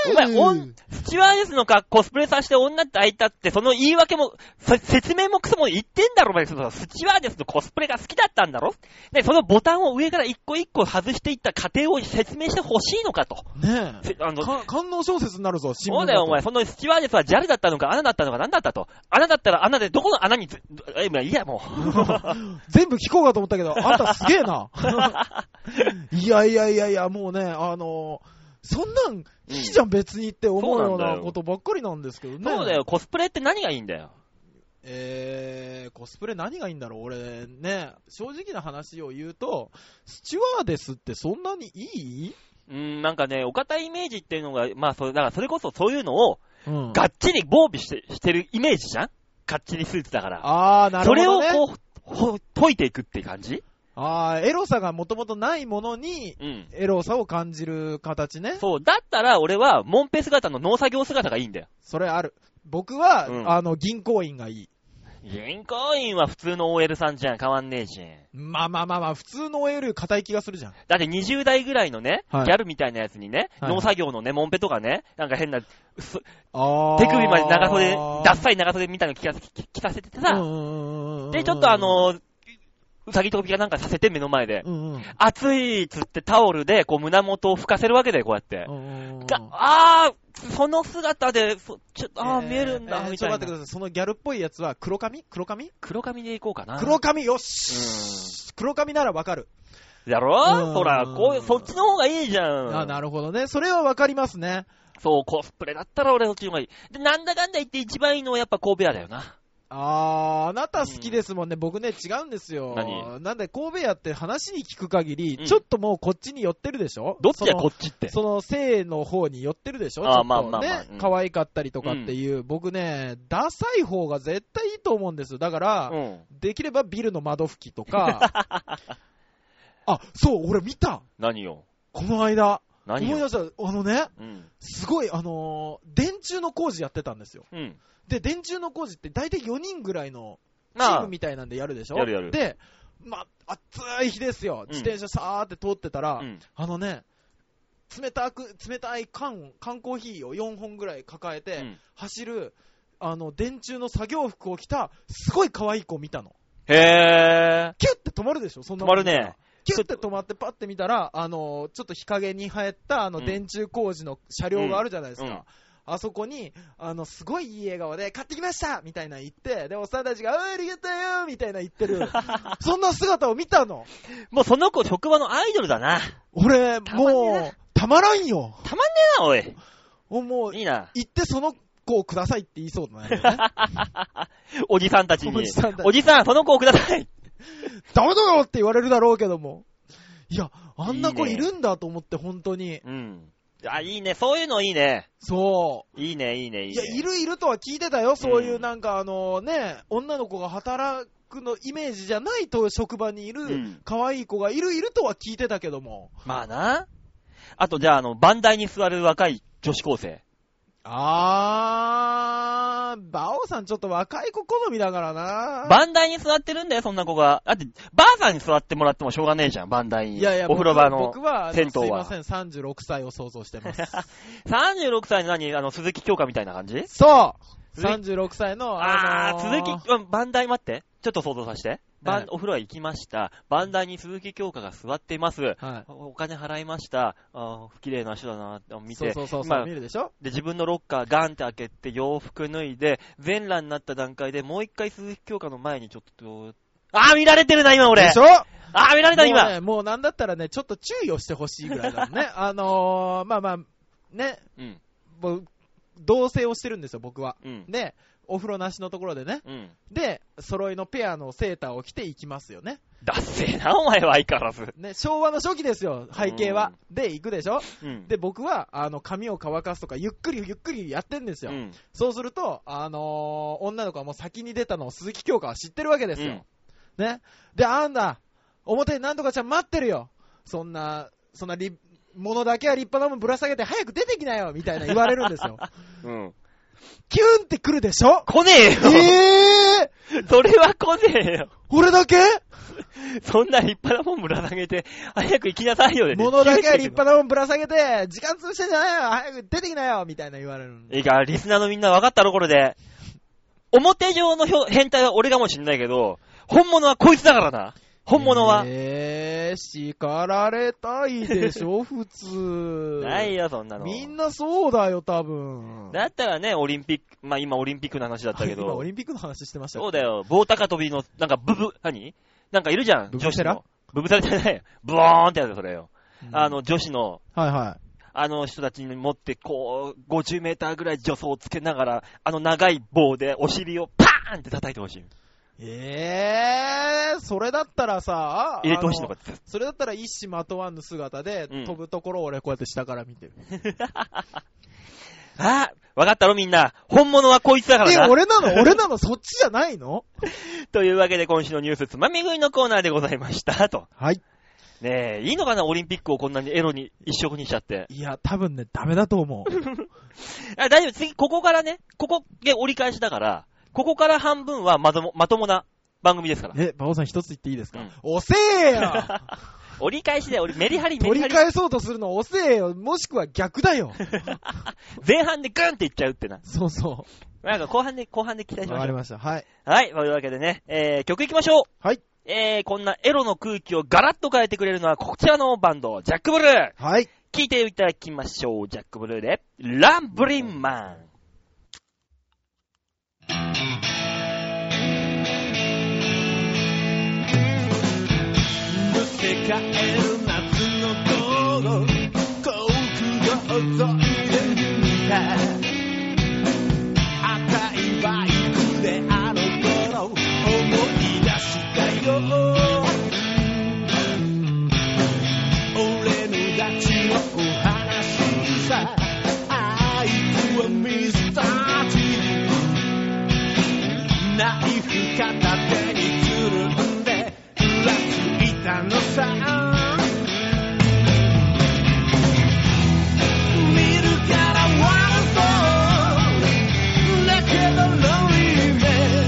お前、スチュワーデスのコスプレさせて女って開いたって、その言い訳も、説明もクソも言ってんだろ、お前。スチュワーデスのコスプレが好きだったんだろで、そのボタンを上から一個一個外していった過程を説明してほしいのかと。 ねえ。官能小説になるぞ、新聞だと。 そうだよ、お前。そのスチュワーデスはジャルだったのか、穴だったのか、何だったと。穴だったら穴で、どこの穴にいや、もう。 全部聞こうかと思ったけど、あんたすげえな。いや、もうね、そんなんいいじゃん、別にって思うようなことばっかりなんですけどね。 そうだよ、コスプレって何がいいんだよ。 コスプレ何がいいんだろう。俺ね、正直な話を言うと、スチュワーデスってそんなにいい？ なんかね、お堅いイメージっていうのが、まあ、だからそれこそそういうのを、がっちり防備してるイメージじゃん？がっちりスーツだから。 なるほどね。 それをこう、解いていくって感じ？ エロさがもともとないものに、エロさを感じる形ね。 そう、だったら俺は、モンペ姿の農作業姿がいいんだよ。 それある。僕は、銀行員がいい。 銀行員は普通の OL さんじゃん、変わんねえし。 まあ、普通の OL より硬い気がするじゃん。 だって20代ぐらいのね、ギャルみたいなやつにね、農作業のね、モンペとかね、なんか変な、手首まで長袖、ダッサい長袖みたいなの着させててさ、で、ちょっとうさぎ飛びかなんかさせて目の前で、暑いっつってタオルでこう胸元を拭かせるわけだよ、こうやって。その姿で、見えるんだ、みたいな。ちょっと待ってください。そのギャルっぽいやつは黒髪でいこうかな。黒髪、よし、黒髪ならわかる。 だろ？ほら、そっちの方がいいじゃん。 なるほどね。それはわかりますね。 そう、コスプレだったら俺そっちの方がいい。で、なんだかんだ言って一番いいのはやっぱ神戸屋だよな。 あなた好きですもんね。僕ね、違うんですよ。なんで、神戸屋って話に聞く限り、ちょっともうこっちに寄ってるでしょ？ どっちやこっちって。 その性の方に寄ってるでしょ？ちょっとね、可愛かったりとかっていう、僕ね、ダサい方が絶対いいと思うんですよ。だから、できればビルの窓拭きとか。そう、俺見た。 何よ。 この間。 思い出した。すごい、電柱の工事やってたんですよ。で、電柱の工事って大体4人ぐらいのチームみたいなんでやるでしょ？ やる。 で、暑い日ですよ。自転車さーって通ってたら、冷たい缶コーヒーを4本ぐらい抱えて、走る、電柱の作業服を着た、すごい可愛い子を見たの。 へー。 キュッて止まるでしょ？そんな止まるね。 キュッて止まってパッて見たら、ちょっと日陰に生えた、電柱工事の車両があるじゃないですか。あそこに、すごいいい笑顔で、買ってきましたみたいな言って、で、おっさんたちが、ありがとうよみたいな言ってる。そんな姿を見たの。 もうその子、職場のアイドルだな。 俺、もう、たまらんよ。 たまんねえな、おい。 もう、いいな。行ってその子をくださいって言いそうだね。 おじさんたちに。おじさん、その子をください。 ダメだよって言われるだろうけども。いや、あんな子いるんだと思って、本当に。 いいね。そういうのいいね。 そう。 いいね。いや、 いるとは聞いてたよ。そういうなんか女の子が働くのイメージじゃないと職場にいる可愛い子がいるとは聞いてたけども。 まあな。あとじゃあ番台に座る若い女子高生。 馬王さんちょっと若い子好みだからな。 番台に座ってるんだよ、そんな子が。だって、ばあさんに座ってもらってもしょうがねえじゃん、番台に。 いや、 お風呂場の僕は、 銭湯は。 すいません、36歳を想像してます。 36歳の鈴木京香みたいな感じ？ そう36歳の、 鈴木、番台待って。ちょっと想像させて。お風呂は行きました。番台に鈴木京香が座っています。お金払いました。綺麗な人だなって見て。 そう見るでしょ？ で、自分のロッカーガンって開けて洋服脱いで、全裸になった段階でもう一回鈴木京香の前にちょっと、見られてるな、今俺。 でしょ？ 見られた、今。 もうなんだったらね、ちょっと注意をしてほしいぐらいだもんね。ね。同棲をしてるんですよ、僕は。で、お風呂なしのところでね。で、揃いのペアのセーターを着て行きますよね。 だっせーな、お前は相変わらず。 ね、昭和の初期ですよ、背景は。で、行くでしょ？で、僕は、髪を乾かすとか、ゆっくりやってんですよ。そうすると、女の子はもう先に出たのを鈴木京香は知ってるわけですよ。ね。で、表になんとかちゃん待ってるよ。そんなものだけは立派なもんぶら下げて早く出てきなよみたいな言われるんですよ。 キュンって来るでしょ？ 来ねえよ。それは来ねえよ。 俺だけ？ そんな立派なもんぶら下げて、早く行きなさいよね。 物だけ立派なもんぶら下げて、時間潰してんじゃないよ、早く出てきなよ、みたいな言われる。 いいか、リスナーのみんな分かったろ、これで。表上の変態は俺かもしんないけど、本物はこいつだからな。本物は。 叱られたいでしょ、普通。 ないよ、そんなの。 みんなそうだよ、多分。 だったらね、オリンピック、まあ今オリンピックの話だったけど。 今オリンピックの話してましたよ。 そうだよ、棒高跳びの、なんか何なんかいるじゃん、女子の。ブブサラじゃないよ。ブワーンってやつ、それよ。女子の。 はいはい。 人たちに持って、こう、50メーターぐらい助走をつけながら、長い棒でお尻をパーンって叩いてほしい。 それだったらさ、 入れてほしいのかって。 それだったら一糸まとわぬ姿で、飛ぶところを俺こうやって下から見てる。 わかったろみんな。本物はこいつだからな。 俺なのそっちじゃないのというわけで今週のニュースつまみ食いのコーナーでございました。と。 はい。 ねえ、いいのかなオリンピックをこんなにエロに一色にしちゃって。 いや、多分ね、ダメだと思う。 大丈夫。次、ここからね、ここで折り返しだから、ここから半分はまともな番組ですから。 馬王さん一つ言っていいですか？遅えよ折り返しで、メリハリ。 取り返そうとするの遅えよ。もしくは逆だよ。 前半でグンっていっちゃうってな。 そうそう。 なんか後半で期待しましょう。 わかりました。はい。 はい。というわけでね、曲いきましょう。 はい。 こんなエロの空気をガラッと変えてくれるのはこちらのバンド、ジャックブルー。 はい。 聴いていただきましょう。ジャックブルーで、ランブリンマン。 世界の夏の午後、遠く覗いてみた赤いバイクであの頃思い出したよ。俺のダチのお話さ、あいつはミスター T、 ナイフ片手につるんでふらついたのさ。見るからワンソーだけどロリーメ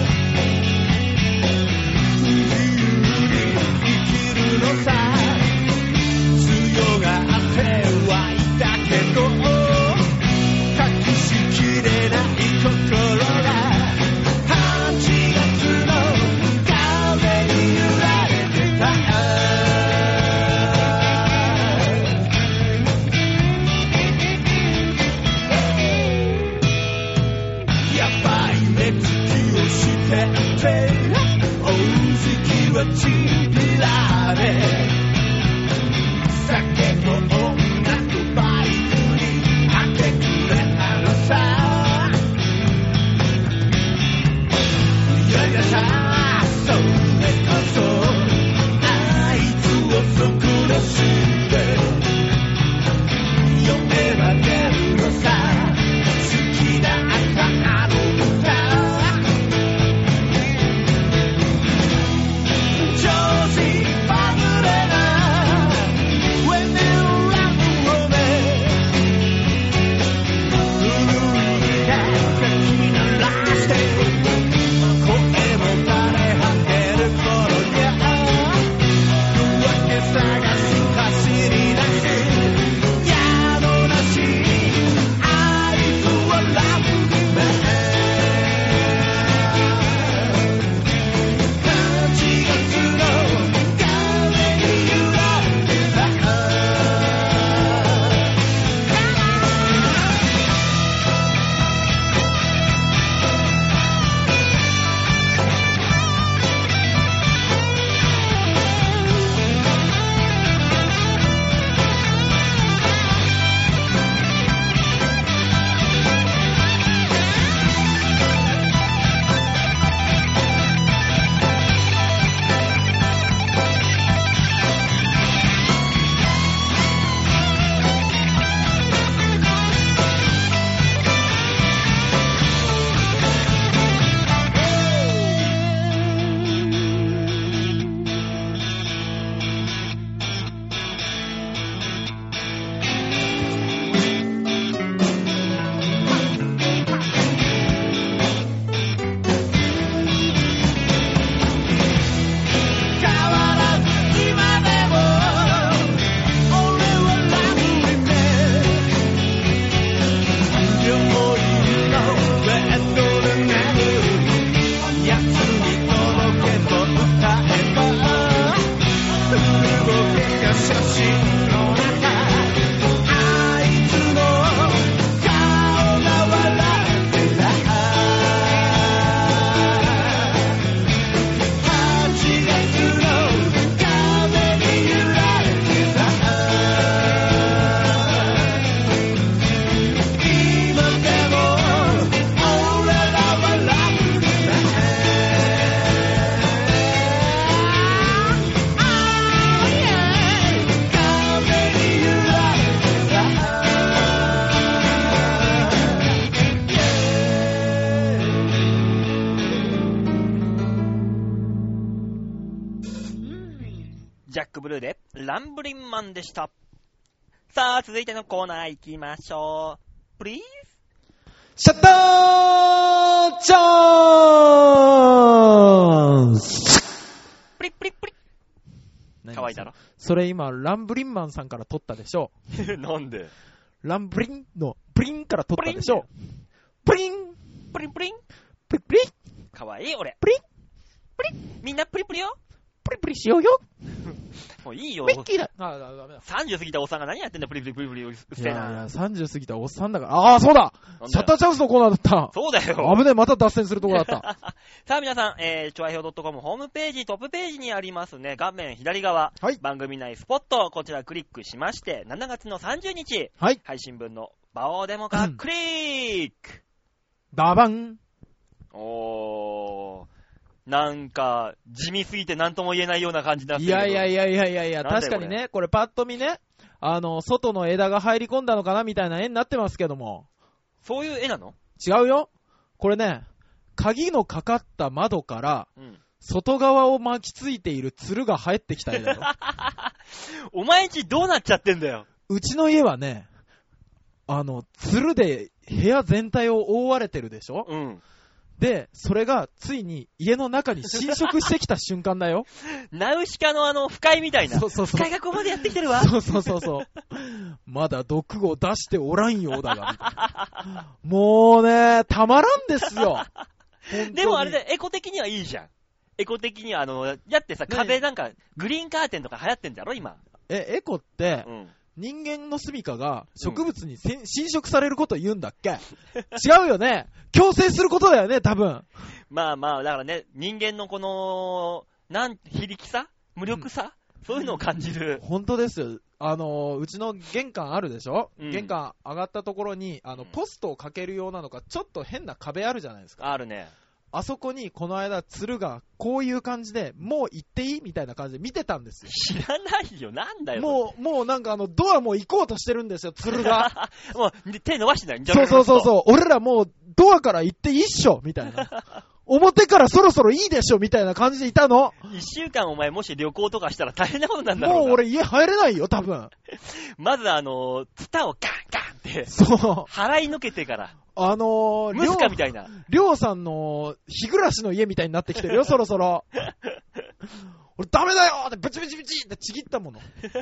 自由に生きるのさ。強がってはいたけど隠しきれない心が8月の風に揺られてた。やばい目つきをしてておじきはちぎられ、酒と音楽バイクに明け暮れたのさ。いやいやさ、それこそあいつをそこで知って読めば出るのさ。好きだったあの歌、ジョージ・バブレナ When you 写真の中あいつの顔が笑ってた8月の風に揺られてた今でも俺らはラブだジャックブルーでランブリンマンでした。さあ、続いてのコーナー行きましょう。プリーズ。 シャッターチャンス。 プリップリップリッ。かわいいだろ。 それ今、ランブリンマンさんから撮ったでしょ。 なんでランブリンのプリンから撮ったでしょ。プリンプリンプリンプリプリかわいい俺。 プリプリみんなプリプリよ。 プリプリしようよ。 もういいよ。 メッキーだ。ダメだ。 30過ぎたおっさんが何やってんだプリプリプリプリうっせえな。 いや、30過ぎたおっさんだから。ああ、そうだ。シャッターチャンスのコーナーだった。 そうだよ。 危ねえ、また脱線するとこだった。 さあ皆さん、チョアヒョウ .com ホームページ、トップページにありますね、画面左側、 はい、 番組内スポット、こちらクリックしまして、7月の30日、 はい、 配信分のバオデモカクリック。 ダバン。 おー。なんか、地味すぎて何とも言えないような感じになってるけど。 いや、確かにね、これパッと見ね、外の枝が入り込んだのかなみたいな絵になってますけども。 そういう絵なの？ 違うよ。これね、鍵のかかった窓から、 うん、 外側を巻きついている鶴が入ってきた絵だよ。 お前んちどうなっちゃってんだよ。 うちの家はね、鶴で部屋全体を覆われてるでしょ？ うん。 で、それがついに家の中に侵食してきた瞬間だよ。 ナウシカの不快みたいな。 そう。 不快がここまでやってきてるわ。 そう。まだ毒を出しておらんようだが、みたいな。もうね、たまらんですよ。 でもあれでエコ的にはいいじゃん。エコ的にはやってさ、壁なんかグリーンカーテンとか流行ってんだろ今。 エコって、うん、人間の住処が植物に侵食されることを言うんだっけ、違うよね。強制することだよね、多分。 まあ、だからね、人間のこの、非力さ無力さ、そういうのを感じる。 本当ですよ。うちの玄関あるでしょ、玄関上がったところに、ポストをかけるようなのか、ちょっと変な壁あるじゃないですか。 あるね。 あそこにこの間鶴がこういう感じでもう行っていいみたいな感じで見てたんですよ。 知らないよ。なんだよ。 もうなんかドアも行こうとしてるんですよ、鶴が。 もう手伸ばしてないんじゃそう。俺らもうドアから行っていいっしょみたいな。表からそろそろいいでしょみたいな感じでいたの。 1週間お前もし旅行とかしたら大変なことなんだろうな。 もう俺家入れないよ、多分。 まずツタをガンガンって。 そう。 払いのけてから。ムスカみたいな。 りょうさんの日暮らしの家みたいになってきてるよ、そろそろ。俺ダメだよってブチブチってちぎったもの。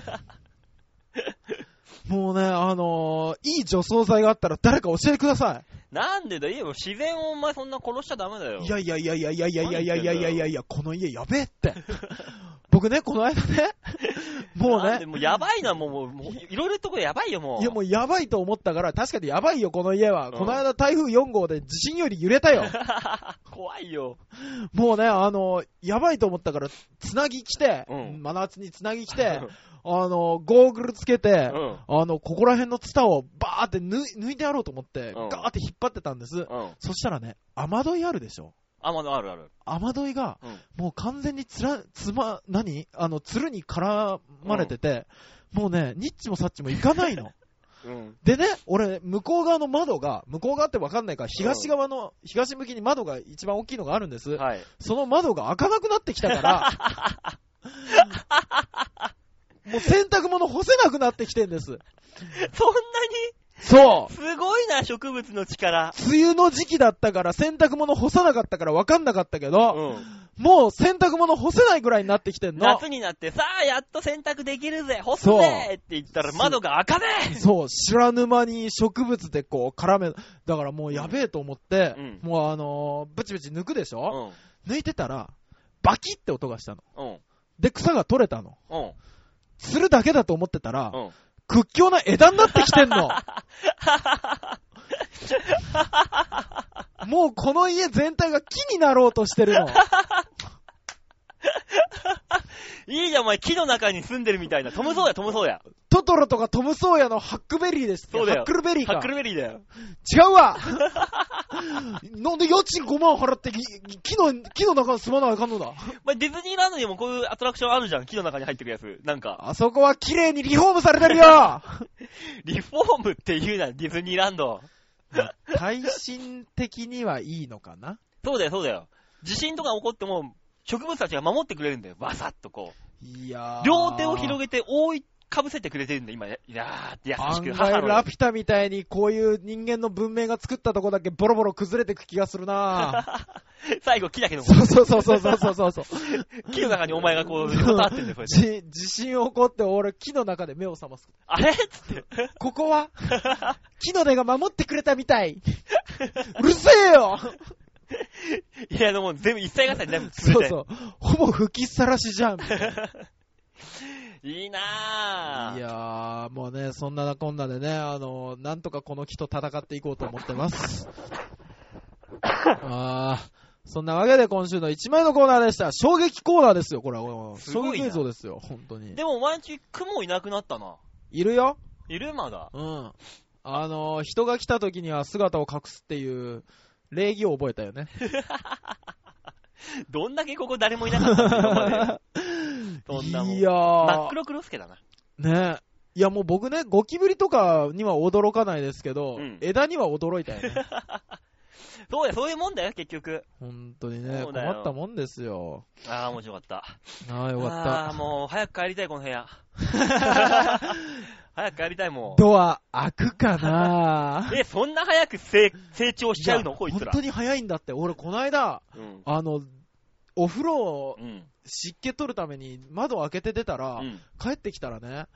もうね、いい除草剤があったら誰か教えてください。 なんでだよ、自然をお前そんな殺しちゃダメだよ。 いや、この家やべえって。僕ね、この間ね、もうね。 もうやばいな、もう、いろいろとこやばいよ、もう。 いや、もうやばいと思ったから、確かにやばいよ、この家は。この間台風4号で地震より揺れたよ。 怖いよ。 もうね、やばいと思ったから、つなぎ来て、真夏につなぎ来て、ゴーグルつけて、ここら辺のツタをバーって抜いてやろうと思って、ガーって引っ張ってたんです。そしたらね、雨どいあるでしょ。 雨どいある。 雨どいが、もう完全に鶴に絡まれてて、もうね、ニッチもサッチもいかないの。でね、俺、向こう側の窓が、向こう側ってわかんないから、東向きに窓が一番大きいのがあるんです。はい、その窓が開かなくなってきたから、もう洗濯物干せなくなってきてんです。 そんなに？ そう。 すごいな、植物の力。 梅雨の時期だったから洗濯物干さなかったから分かんなかったけど、もう洗濯物干せないぐらいになってきてんの。 夏になって、さあ、やっと洗濯できるぜ、干すぜって言ったら窓が開かねえ。 そう、知らぬ間に植物でこう絡め、だからもうやべえと思って、もうブチブチ抜くでしょ、抜いてたら、バキって音がしたの。で、草が取れたの。 つるだけだと思ってたら、 うん。 屈強な枝になってきてんの。もうこの家全体が木になろうとしてるの。 いいじゃん、お前、木の中に住んでるみたいな。トムソーヤ、トムソーヤ。 トトロとかトムソーヤのハックベリーですって。 そうだよ。 ハックルベリーか。 ハックルベリーだよ。 違うわなんで家賃5万払って木の中に住まないかんのだ。 まあ、ディズニーランドにもこういうアトラクションあるじゃん。木の中に入ってくるやつ。なんか。 あそこは綺麗にリフォームされてるよリフォームって言うな、ディズニーランド。 耐震的にはいいのかな。 そうだよ、そうだよ。地震とか起こっても、植物たちが守ってくれるんだよ。バサッとこう。 いやー。 両手を広げて覆いかぶせてくれてるんだよ、今。いやーって優しく。 案外ラピュタみたいにこういう人間の文明が作ったとこだけボロボロ崩れてく気がするな最後木だけ残る。 そう。 木の中にお前がこう、横たってんだよ、それで。 地震起こって俺木の中で目を覚ます。 あれっつって。 ここは木の根が守ってくれたみたい。うるせえよいや、でも全部一切合切全部潰れて。 そう。ほぼ吹きさらしじゃん。 いいなぁ。 いやー、もうね、そんなこんなでね、なんとかこの木と戦っていこうと思ってます。そんなわけで今週の1枚のコーナーでした。衝撃コーナーですよ、これは。衝撃映像ですよ、本当に。 でも、お前んち雲いなくなったな。 いるよ。 いるまだ。 うん。人が来た時には姿を隠すっていう礼儀を覚えたよね。 どんだけここ誰もいなかったんだよ、今まで。そんなもん。 いやー。 真っ黒クロスケだな。 ねえ。いやもう僕ね、ゴキブリとかには驚かないですけど、 うん、 枝には驚いたよね。 そうや、そういうもんだよ、結局。 本当にね、困ったもんですよ。 ああ、面白かった。 ああ、よかった。 ああ、もう、早く帰りたい、この部屋。早く帰りたい、もう。 ドア、開くかなそんな早く成長しちゃうのこいつら。 本当に早いんだって。俺、この間、 うん、 お風呂、湿気取るために窓開けて出たら、帰ってきたらね、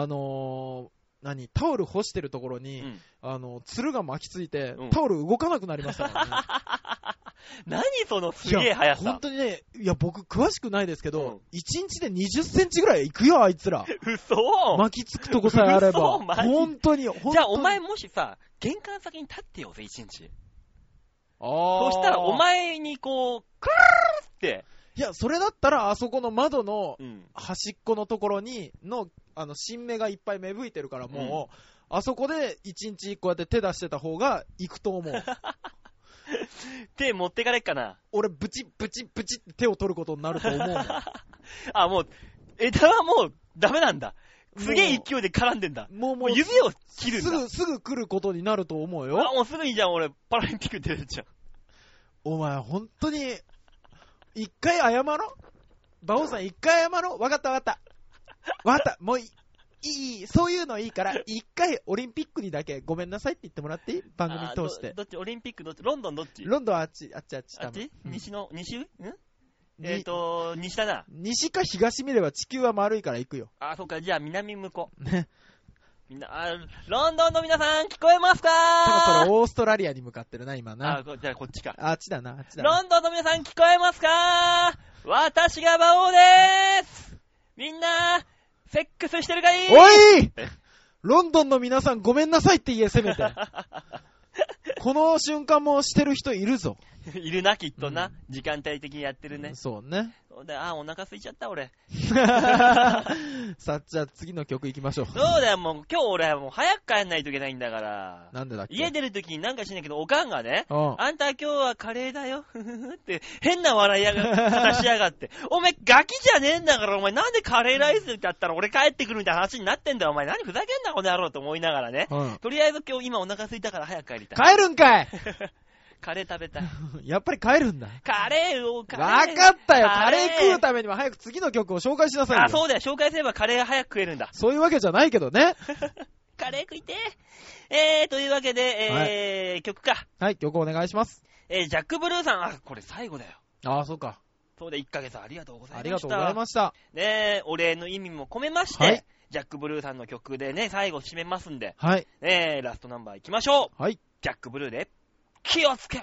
タオル干してるところに、つるが巻きついて、タオル動かなくなりましたからね。 何そのすげえ速さ。 本当にね、いや、僕詳しくないですけど、1日で20センチぐらい行くよ、あいつら。 嘘巻きつくとこさえあれば。本当に。じゃあ、お前もしさ、玄関先に立ってよ、1日。そしたら、お前にこう、クルーって。 いや、それだったら、あそこの窓の端っこのところに、新芽がいっぱい芽吹いてるから、もう、あそこで1日こうやって手出してた方が行くと思う。 手持ってかれっかな。 俺、ブチって手を取ることになると思うもん。 あ、もう、枝はもうダメなんだ。すげえ勢いで絡んでんだ。もう指を切るんだ。 すぐ来ることになると思うよ。 もうすぐにじゃん、俺、パラリンピック出るじゃん。 お前、本当に、一回謝ろう。馬王さん、一回謝ろう。わかった。もういい、そういうのいいから、一回オリンピックにだけごめんなさいって言ってもらっていい？番組通して。 どっちオリンピックどっちロンドンどっち？ ロンドンあっち。 あっち西だな。 西か東見れば地球は丸いから行くよ。 あ、そっか、じゃあ南向こう。 ね。 みんな、ロンドンの皆さん聞こえますかそろそろオーストラリアに向かってるな、今な。 じゃあこっちか。 あっちだな。 ロンドンの皆さん聞こえますか私が馬王でーすみんな、セックスしてるかいおいロンドンの皆さんごめんなさいって言え、せめて。この瞬間もしてる人いるぞ。 いるな、きっとな。時間帯的にやってるね。 そうね。 お腹空いちゃった、俺。 さあ、じゃあ次の曲行きましょう。 そうだよ、もう今日俺もう早く帰んないといけないんだから。 なんでだっけ？ 家出るときになんかしないけど、おかんがね、あんた今日はカレーだよ、って変な笑い方しやがって。お前ガキじゃねえんだから、お前なんでカレーライスってやったら俺帰ってくるみたいな話になってんだよ、お前何ふざけんなこの野郎と思いながらね。とりあえず今日今お腹空いたから早く帰りたい。 帰るんかいカレー食べたい。 やっぱり帰るんだ。 カレーを、 わかったよ。カレー食うためには早く次の曲を紹介しなさいよ。 そうだよ。紹介すればカレー早く食えるんだ。 そういうわけじゃないけどね。 カレー食いてというわけで、曲か。 はい、曲お願いします。 ジャック・ブルーさん、これ最後だよ。 そうか。 そうで1ヶ月ありがとうございました。 ありがとうございました。 ねお礼の意味も込めまして、ジャック・ブルーさんの曲でね、最後締めますんで、 はい。 ラストナンバー行きましょう。 はい。 ジャック・ブルーで、気をつけろ。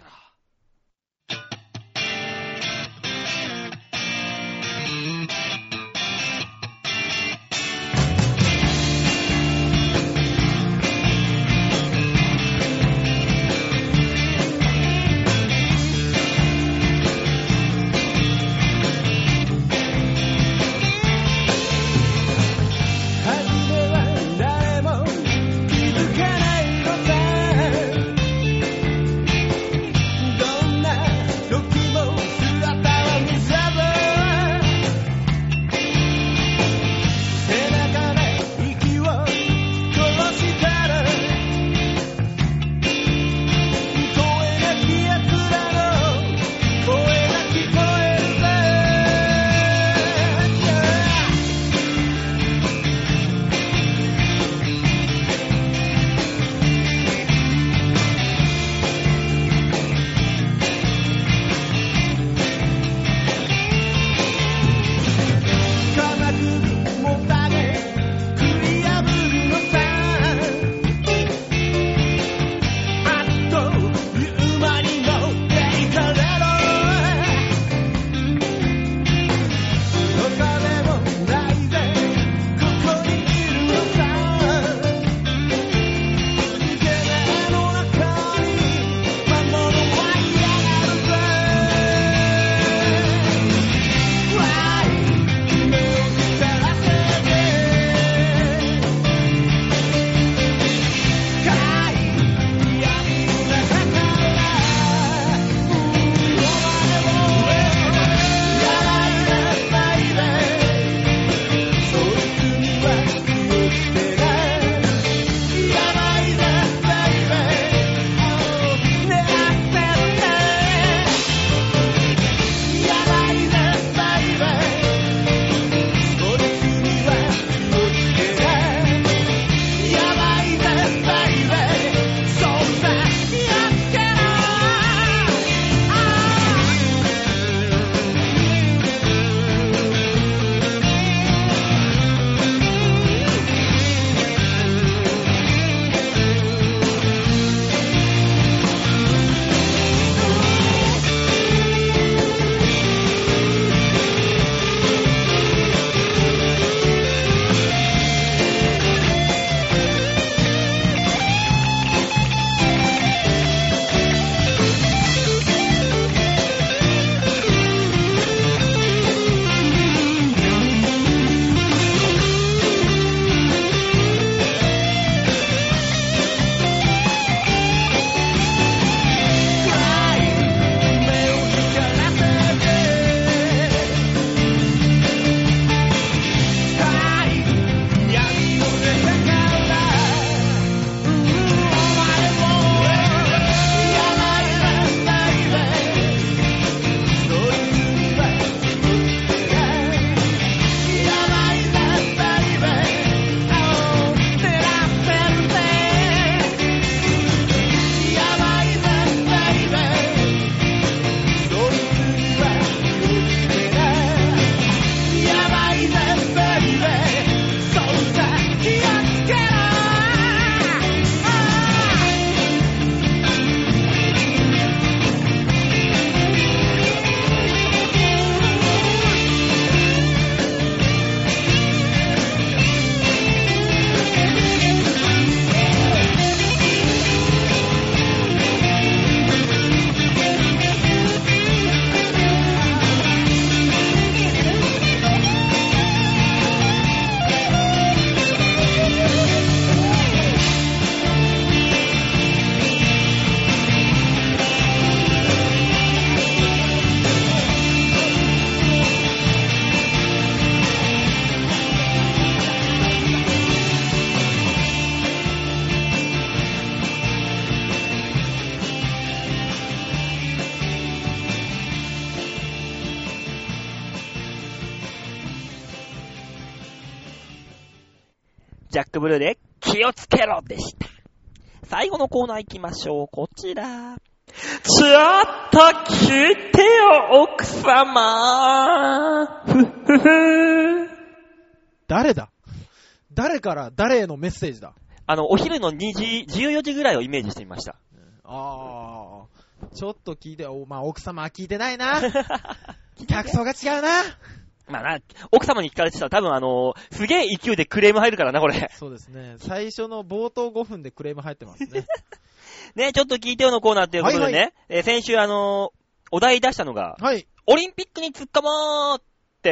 ジャックブルーで気をつけろでした。最後のコーナー行きましょう。こちら。ちょっと聞いてよ、奥様。ふふふ。 誰だ？誰から誰へのメッセージだ？ お昼の14時ぐらいをイメージしてみました。 ああ、ちょっと聞いてよ。まあ、奥様は聞いてないな。客層が違うな。 まあな、奥様に聞かれてたら多分すげえ勢いでクレーム入るからな、これ。 そうですね。最初の冒頭5分でクレーム入ってますね。 ね、ちょっと聞いてよのコーナーっていうことでね、 はいはい、 先週お題出したのが、 はい。 オリンピックに突っ込もうって、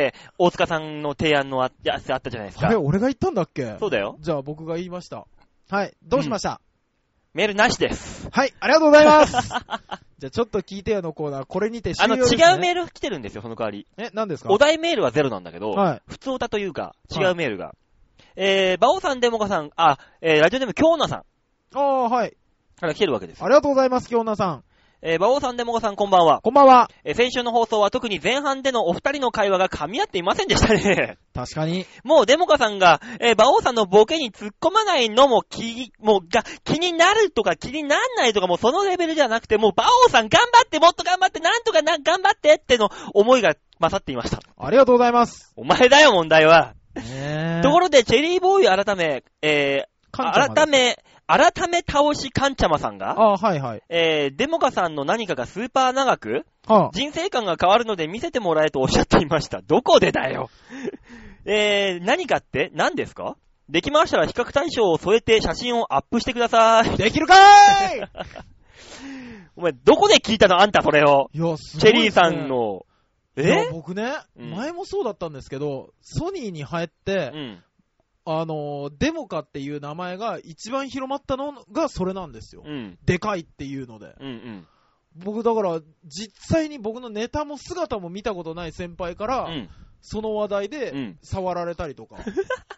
大塚さんの提案のやつあったじゃないですか。 あれ、俺が言ったんだっけ？ そうだよ。 じゃあ僕が言いました。はい。どうしました？ メールなしです。 はい、ありがとうございます。じゃあちょっと聞いてよのコーナー、これにて終了ですね。 違うメール来てるんですよ、その代わり。 何ですか？ お題メールはゼロなんだけど、 はい、 普通歌というか、違うメールが。バオさん、デモカさん、ラジオネーム、京奈さん。 はい。 から来てるわけです。 ありがとうございます、京奈さん。 バオさん、デモカさん、こんばんは。 こんばんは。 先週の放送は特に前半でのお二人の会話が噛み合っていませんでしたね。 確かに。 もうデモカさんが、バオさんのボケに突っ込まないのも気になるとか気にならないとかもうそのレベルじゃなくて、もうバオさん頑張って、もっと頑張って、なんとか頑張ってっての思いが勝っていました。 ありがとうございます。 お前だよ、問題は。 ところで、チェリーボーイ改め、改め倒しカンチャマさんが、 はいはい。 デモカさんの何かがスーパー長く、人生観が変わるので見せてもらえとおっしゃっていました。どこでだよ。何かって何ですか？できましたら比較対象を添えて写真をアップしてください。 できるかーいお前、どこで聞いたのあんたそれを。 いや、すごいですね。 チェリーさんの。 僕ね、前もそうだったんですけど、ソニーに入って、デモカっていう名前が一番広まったのがそれなんですよ。でかいっていうので。僕だから、実際に僕のネタも姿も見たことない先輩から、その話題で触られたりとか。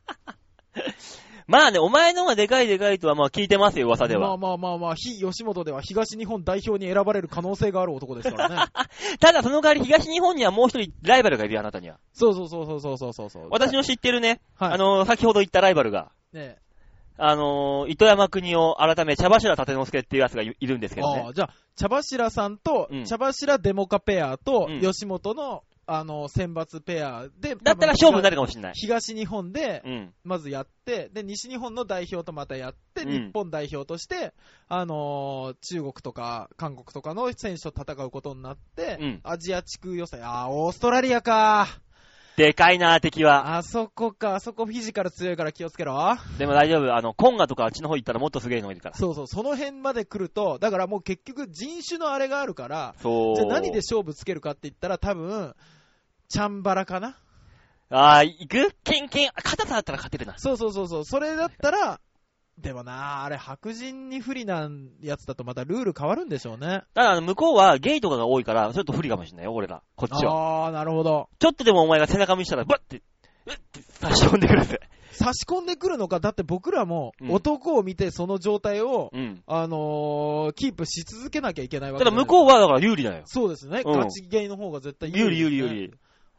まあね、お前のがでかいとはまあ聞いてますよ、噂では。 まあ、吉本では東日本代表に選ばれる可能性がある男ですからね。 ただその代わり東日本にはもう一人ライバルがいるよ、あなたには。 そう。 私の知ってるね、 はい、 先ほど言ったライバルが。 ね糸山国を改め茶柱立之助っていうやつがいるんですけどね。 じゃあ、茶柱さんと、茶柱デモカペアと、吉本の、選抜ペアで、 だったら勝負になるかもしれない。 東日本で、まずやって、で、西日本の代表とまたやって、日本代表として、中国とか韓国とかの選手と戦うことになって、アジア地区予選、オーストラリアか。 でかいな、敵は。 あそこフィジカル強いから気をつけろ。でも大丈夫。コンガとかあっちの方行ったらもっとすげえのいるから。 そう、その辺まで来ると、だからもう結局人種のあれがあるから、じゃあ何で勝負つけるかって言ったら多分、チャンバラかな。 行く？ケン、肩触ったら勝てるな。 そう。それだったら、でもなあれ白人に不利なやつだとまたルール変わるんでしょうね。 だから向こうはゲイとかが多いからちょっと不利かもしれないよ、俺ら。こっちは。 なるほど。 ちょっとでもお前が背中見したらバッて差し込んでくるぜ。 差し込んでくるのか、だって僕らも男を見てその状態を、キープし続けなきゃいけないわけだから向こうはだから有利だよ。 そうですね。ガチゲイの方が絶対有利、 有利。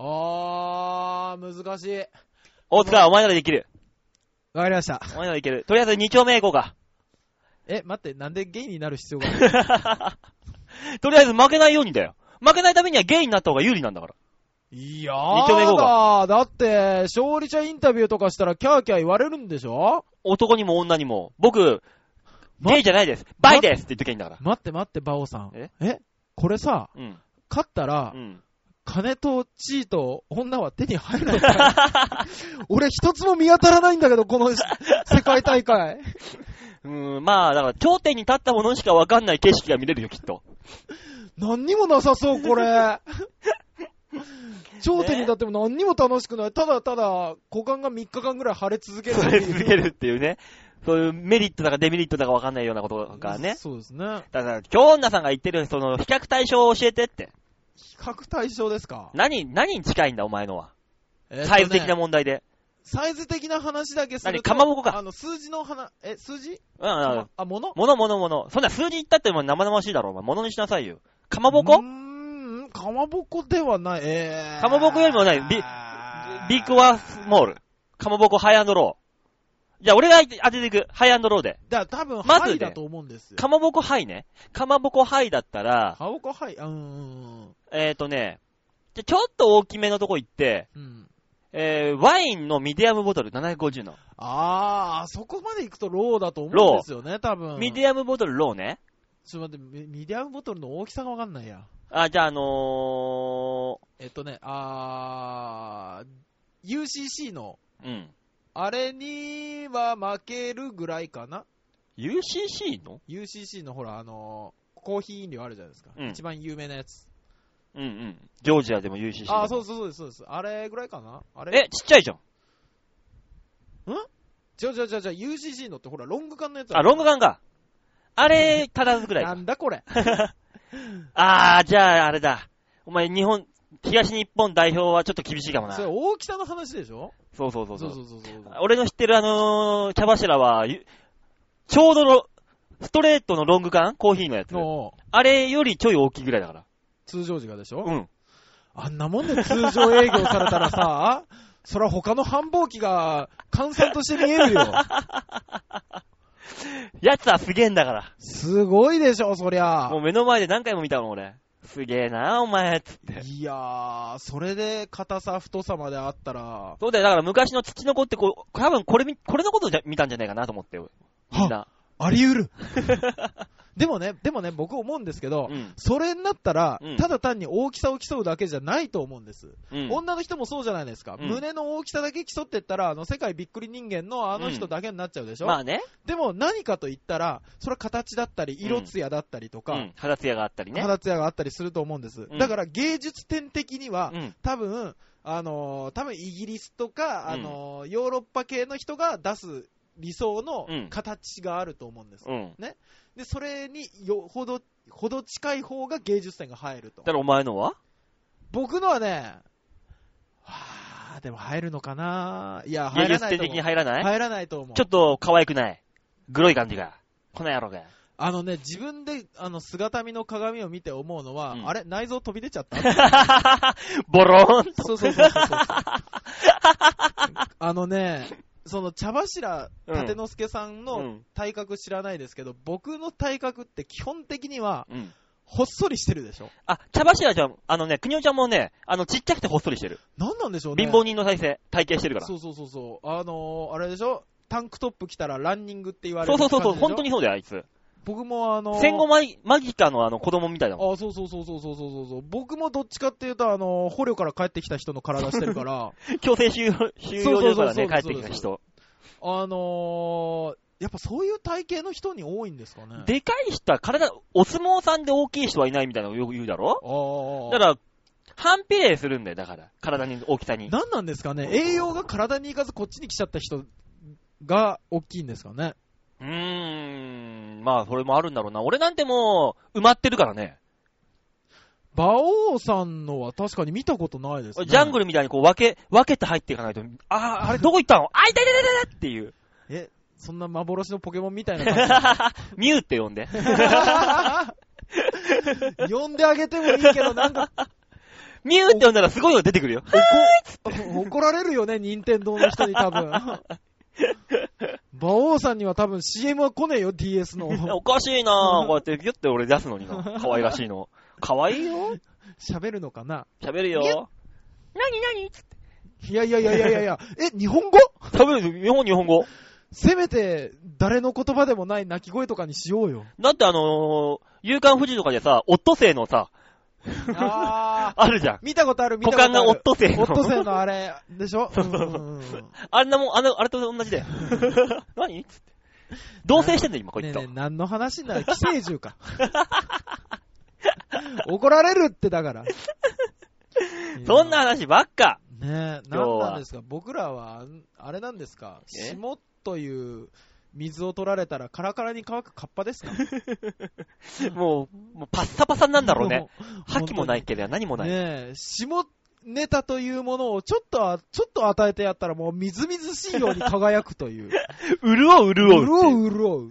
難しい。 大塚、お前ならできる。 わかりました。 お前ならいける。とりあえず2丁目行こうか。 待って、なんでゲイになる必要があるとりあえず負けないようにだよ。負けないためにはゲイになった方が有利なんだから。 いやー。2丁目行こうか。だって、勝利者インタビューとかしたらキャーキャー言われるんでしょ？ 男にも女にも。僕、ゲイじゃないです。バイですって言っときゃいいんだから。 待って、バオさん。これさ、勝ったら、金と地位と女は手に入るのか俺一つも見当たらないんだけど、この世界大会。 まあ、だから頂点に立ったものしかわかんない景色が見れるよ、きっと。 何にもなさそう、これ。頂点に立っても何にも楽しくない。ただ、股間が3日間ぐらい腫れ続ける。 腫れ続けるっていうね。そういうメリットだかデメリットだかわかんないようなことがね。 そうですね。 だから、京女さんが言ってる、その、比較対象を教えてって。 比較対象ですか？ 何に近いんだ、お前のは。サイズ的な問題で。 サイズ的な話だけすると。 かまぼこか。 数字の数字？ 物。 物。 そんな数字言ったっても生々しいだろ、お前。物にしなさいよ。かまぼこ？ かまぼこではない。 かまぼこよりもない。ビッグワースモール。かまぼこハイアンドロじゃあ俺が当てていく。ハイアンドローで。 だから多分、 まずねハイだと思うんですよ。 かまぼこハイね。かまぼこハイだったら、 かまぼこハイ、 じゃちょっと大きめのとこ行って、ワインのミディアムボトル750の。 そこまで行くとローだと思うんですよね、多分。 ミディアムボトルローね。 ちょっと待って、ミディアムボトルの大きさがわかんないや。 じゃあ UCC の、 うん。 あれには負けるぐらいかな。 UCC の ?UCC のほら、コーヒー飲料あるじゃないですか。 うん一番有名なやつ。 うんうん。ジョージアでも UCC。 そうです。あれぐらいかなあれちっちゃいじゃん。 じゃあ UCC のってほら、ロング缶のやつロング缶か。あれ、足らずぐらい。 なんだこれ。 じゃああれだ。お前東日本代表はちょっと厳しいかもな。 それ大きさの話でしょ？ そう。 そう。 俺の知ってる茶柱は、ちょうどストレートのロング缶コーヒーのやつ。あれよりちょい大きいぐらいだから。 通常時がでしょ？ うん。 あんなもんで通常営業されたらさ、そら他の繁忙期が閑散として見えるよ。 やつはすげえんだから。 すごいでしょ、そりゃ。 もう目の前で何回も見たもん、俺。すげえな、お前、つって。 いやー、それで硬さ、太さまであったら。 そうだよ、だから昔の土の子って多分これのこと見たんじゃないかなと思ってよ。みんな。 あり得る。でもね、僕思うんですけど、それになったら、ただ単に大きさを競うだけじゃないと思うんです。女の人もそうじゃないですか。胸の大きさだけ競ってったら、世界びっくり人間の人だけになっちゃうでしょ。 まあね。 でも何かと言ったら、それは形だったり、色艶だったりとか、 肌艶があったりね。 肌艶があったりすると思うんです。だから芸術点的には、多分イギリスとか、ヨーロッパ系の人が出す理想の形があると思うんです。ね。で、それにほど近い方が芸術点が入ると。 だからお前のは？ 僕のはね、でも入るのかな？いや、入らないと思う。芸術点的に入らない？ 入らないと思う。 ちょっと可愛くない。グロい感じが。この野郎が。 自分で、姿見の鏡を見て思うのは、あれ内臓飛び出ちゃったボローンと。 そう。その茶柱立之助さんの体格知らないですけど、僕の体格って基本的には、ほっそりしてるでしょ。 茶柱ちゃん、くにおちゃんもね、ちっちゃくてほっそりしてる。 なんなんでしょうね。 貧乏人の体型してるから。 そう。あれでしょ、タンクトップ着たらランニングって言われる感じでしょ。 そう、本当にそうだよ、あいつ。 僕も戦後間近の子供みたいだもん。 そう。僕もどっちかっていうと捕虜から帰ってきた人の体してるから。 強制収容所からね、帰ってきた人。 やっぱそういう体型の人に多いんですかね。 でかい人はお相撲さんで大きい人はいないみたいなのをよく言うだろ？だから、反比例するんだよ、だから。体に、大きさに。 なんなんですかね、栄養が体に行かずこっちに来ちゃった人が大きいんですかね。 まあ、それもあるんだろうな。俺なんてもう、埋まってるからね。 馬王さんのは確かに見たことないですね。 ジャングルみたいに分けて入っていかないと、あれどこ行ったの？いたっていう。 そんな幻のポケモンみたいな感じ。ミュウって呼んで。 呼んであげてもいいけど、なんか。 ミュウって呼んだらすごいの出てくるよ。 怒られるよね、任天堂の人に多分。馬王さんには多分 CM は来ねえよ、DS の。 おかしいなぁ。こうやってギュッて俺出すのにな。可愛らしいの。可愛いよ。 喋るのかな？ 喋るよ。何つって。 いや。日本語？ 喋るよ、日本語。 せめて、誰の言葉でもない鳴き声とかにしようよ。 だって夕刊富士とかでさ、オットセイのさ、あるじゃん。 見たことある。 股間がオットセイの。 オットセイのあれ、でしょ？ あんなもん、あれと同じだよ。何つって。同棲してんだよ、今、こいつと。 何の話なら、寄生獣か。怒られるってだから。 そんな話ばっか。 ねえ、何なんですか？僕らは、あれなんですか？霜という水を取られたらカラカラに乾くカッパですか？ もうパッサパサなんだろうね。覇気もないけど何もない。 ねえ、霜ネタというものをちょっと与えてやったらもうみずみずしいように輝くという。 潤う。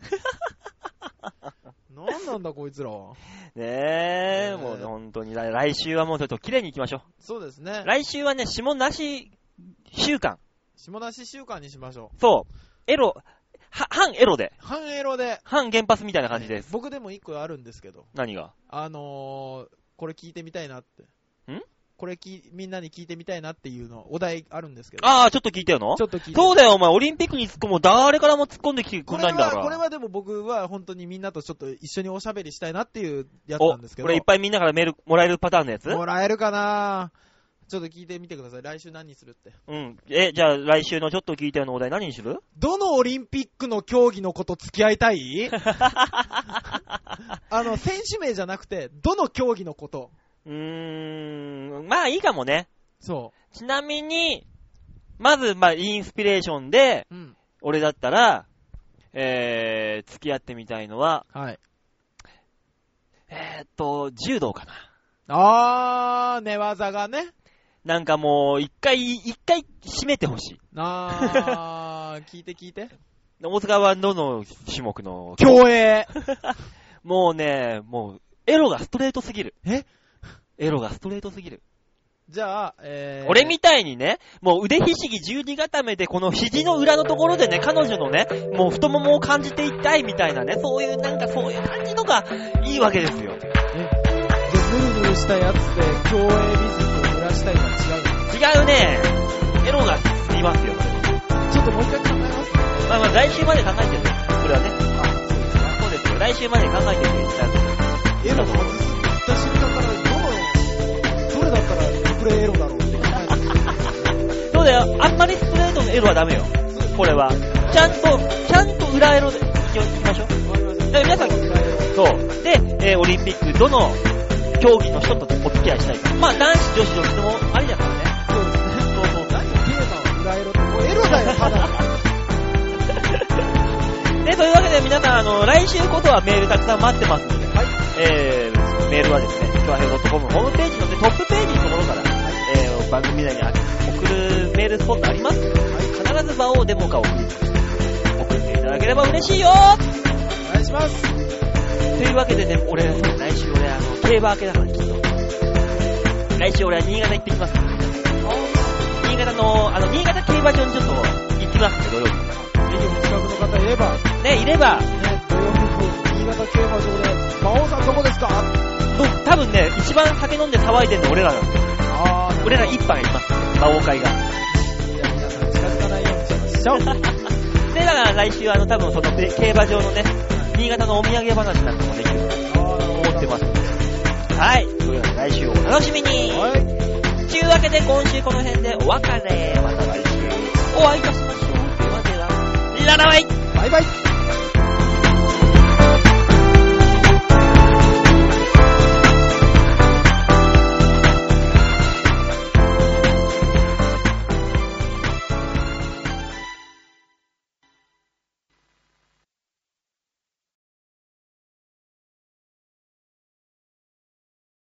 なんなんだこいつらは。 ねえ、もう本当に来週はもうちょっと綺麗に行きましょう。 そうですね。 来週はね、霜なし週間。 下田市週間にしましょう。 そう。反エロで。 反エロで。 反原発みたいな感じです。 僕でも一個あるんですけど。 何が？ これ聞いてみたいなって。 ん？ これみんなに聞いてみたいなっていうの、お題あるんですけど。 ああ、ちょっと聞いてよの？ ちょっと聞いて。 そうだよ、お前、オリンピックに突っ込む誰からも突っ込んできてくんないんだから。 これはでも僕は本当にみんなとちょっと一緒におしゃべりしたいなっていうやつなんですけど。 これいっぱいみんなからメールもらえるパターンのやつ？ もらえるかな？ちょっと聞いてみてください。来週何にするって。 うん。じゃあ来週のちょっと聞いてよのお題何にする？ どのオリンピックの競技のこと付き合いたい？選手名じゃなくて、どの競技のこと？ まあいいかもね。 そう。 ちなみに、まず、インスピレーションで、俺だったら、付き合ってみたいのは、 はい。 柔道かな。 寝技がね。 なんかもう、一回締めてほしい。 聞いて。 大塚はどの種目の競泳。 もうね、エロがストレートすぎる。 エロがストレートすぎる。 じゃあ、 俺みたいにね、もう腕ひしぎ十字固めでこの肘の裏のところでね、彼女のね、もう太ももを感じていきたいみたいなね、そういう感じのがいいわけですよ。 じゃあ、ヌルヌルしたやつで競泳リズムを濡らしたいのは違うね。エロがすぎますよ。 ちょっともう一回考えますね。 来週まで考えてるね。これはね。そうですよ。来週まで考えてるね。 エロの外すって言った瞬間からどれだったらこれエロだろうって考えてる。 そうだよ。あんまりストレートのエロはダメよ。これは。ちゃんと裏エロでいきましょう。だから皆さん、そう。で、オリンピックどの競技の人とお付き合いしたいか。男子、女子、どっちでもありだからね。 そうですね。そう。何テーマは裏エロって、もうエロだよ、ただ。 で、というわけで皆さん、来週こそはメールたくさん待ってますので、はい。メールはですね、今日は.comホームページの、トップページのところから、番組内に送るメールスポットありますので、必ず場をデモか送っていただければ嬉しいよ。 お願いします。 というわけでね、来週競馬明けだからきっと。来週俺は新潟行ってきます。新潟競馬場にちょっと行きますね、土曜日。 ぜひお近くの方いれば。 ね、いれば。 ね、土曜日新潟競馬場で、馬王さんどこですか？ 多分ね、一番酒飲んで騒いでんの俺らなんですよ。俺ら一杯います。馬王会が。 じゃあ皆さん近づかないようにしましょう。 で、だから来週多分その競馬場のね、新潟のお土産話なんかもできると思ってますので。はい。というわけで来週をお楽しみに。はい。というわけで今週この辺でお別れ。また来週お会いいたしましょう。ではでは、ララバイ。 バイバイ。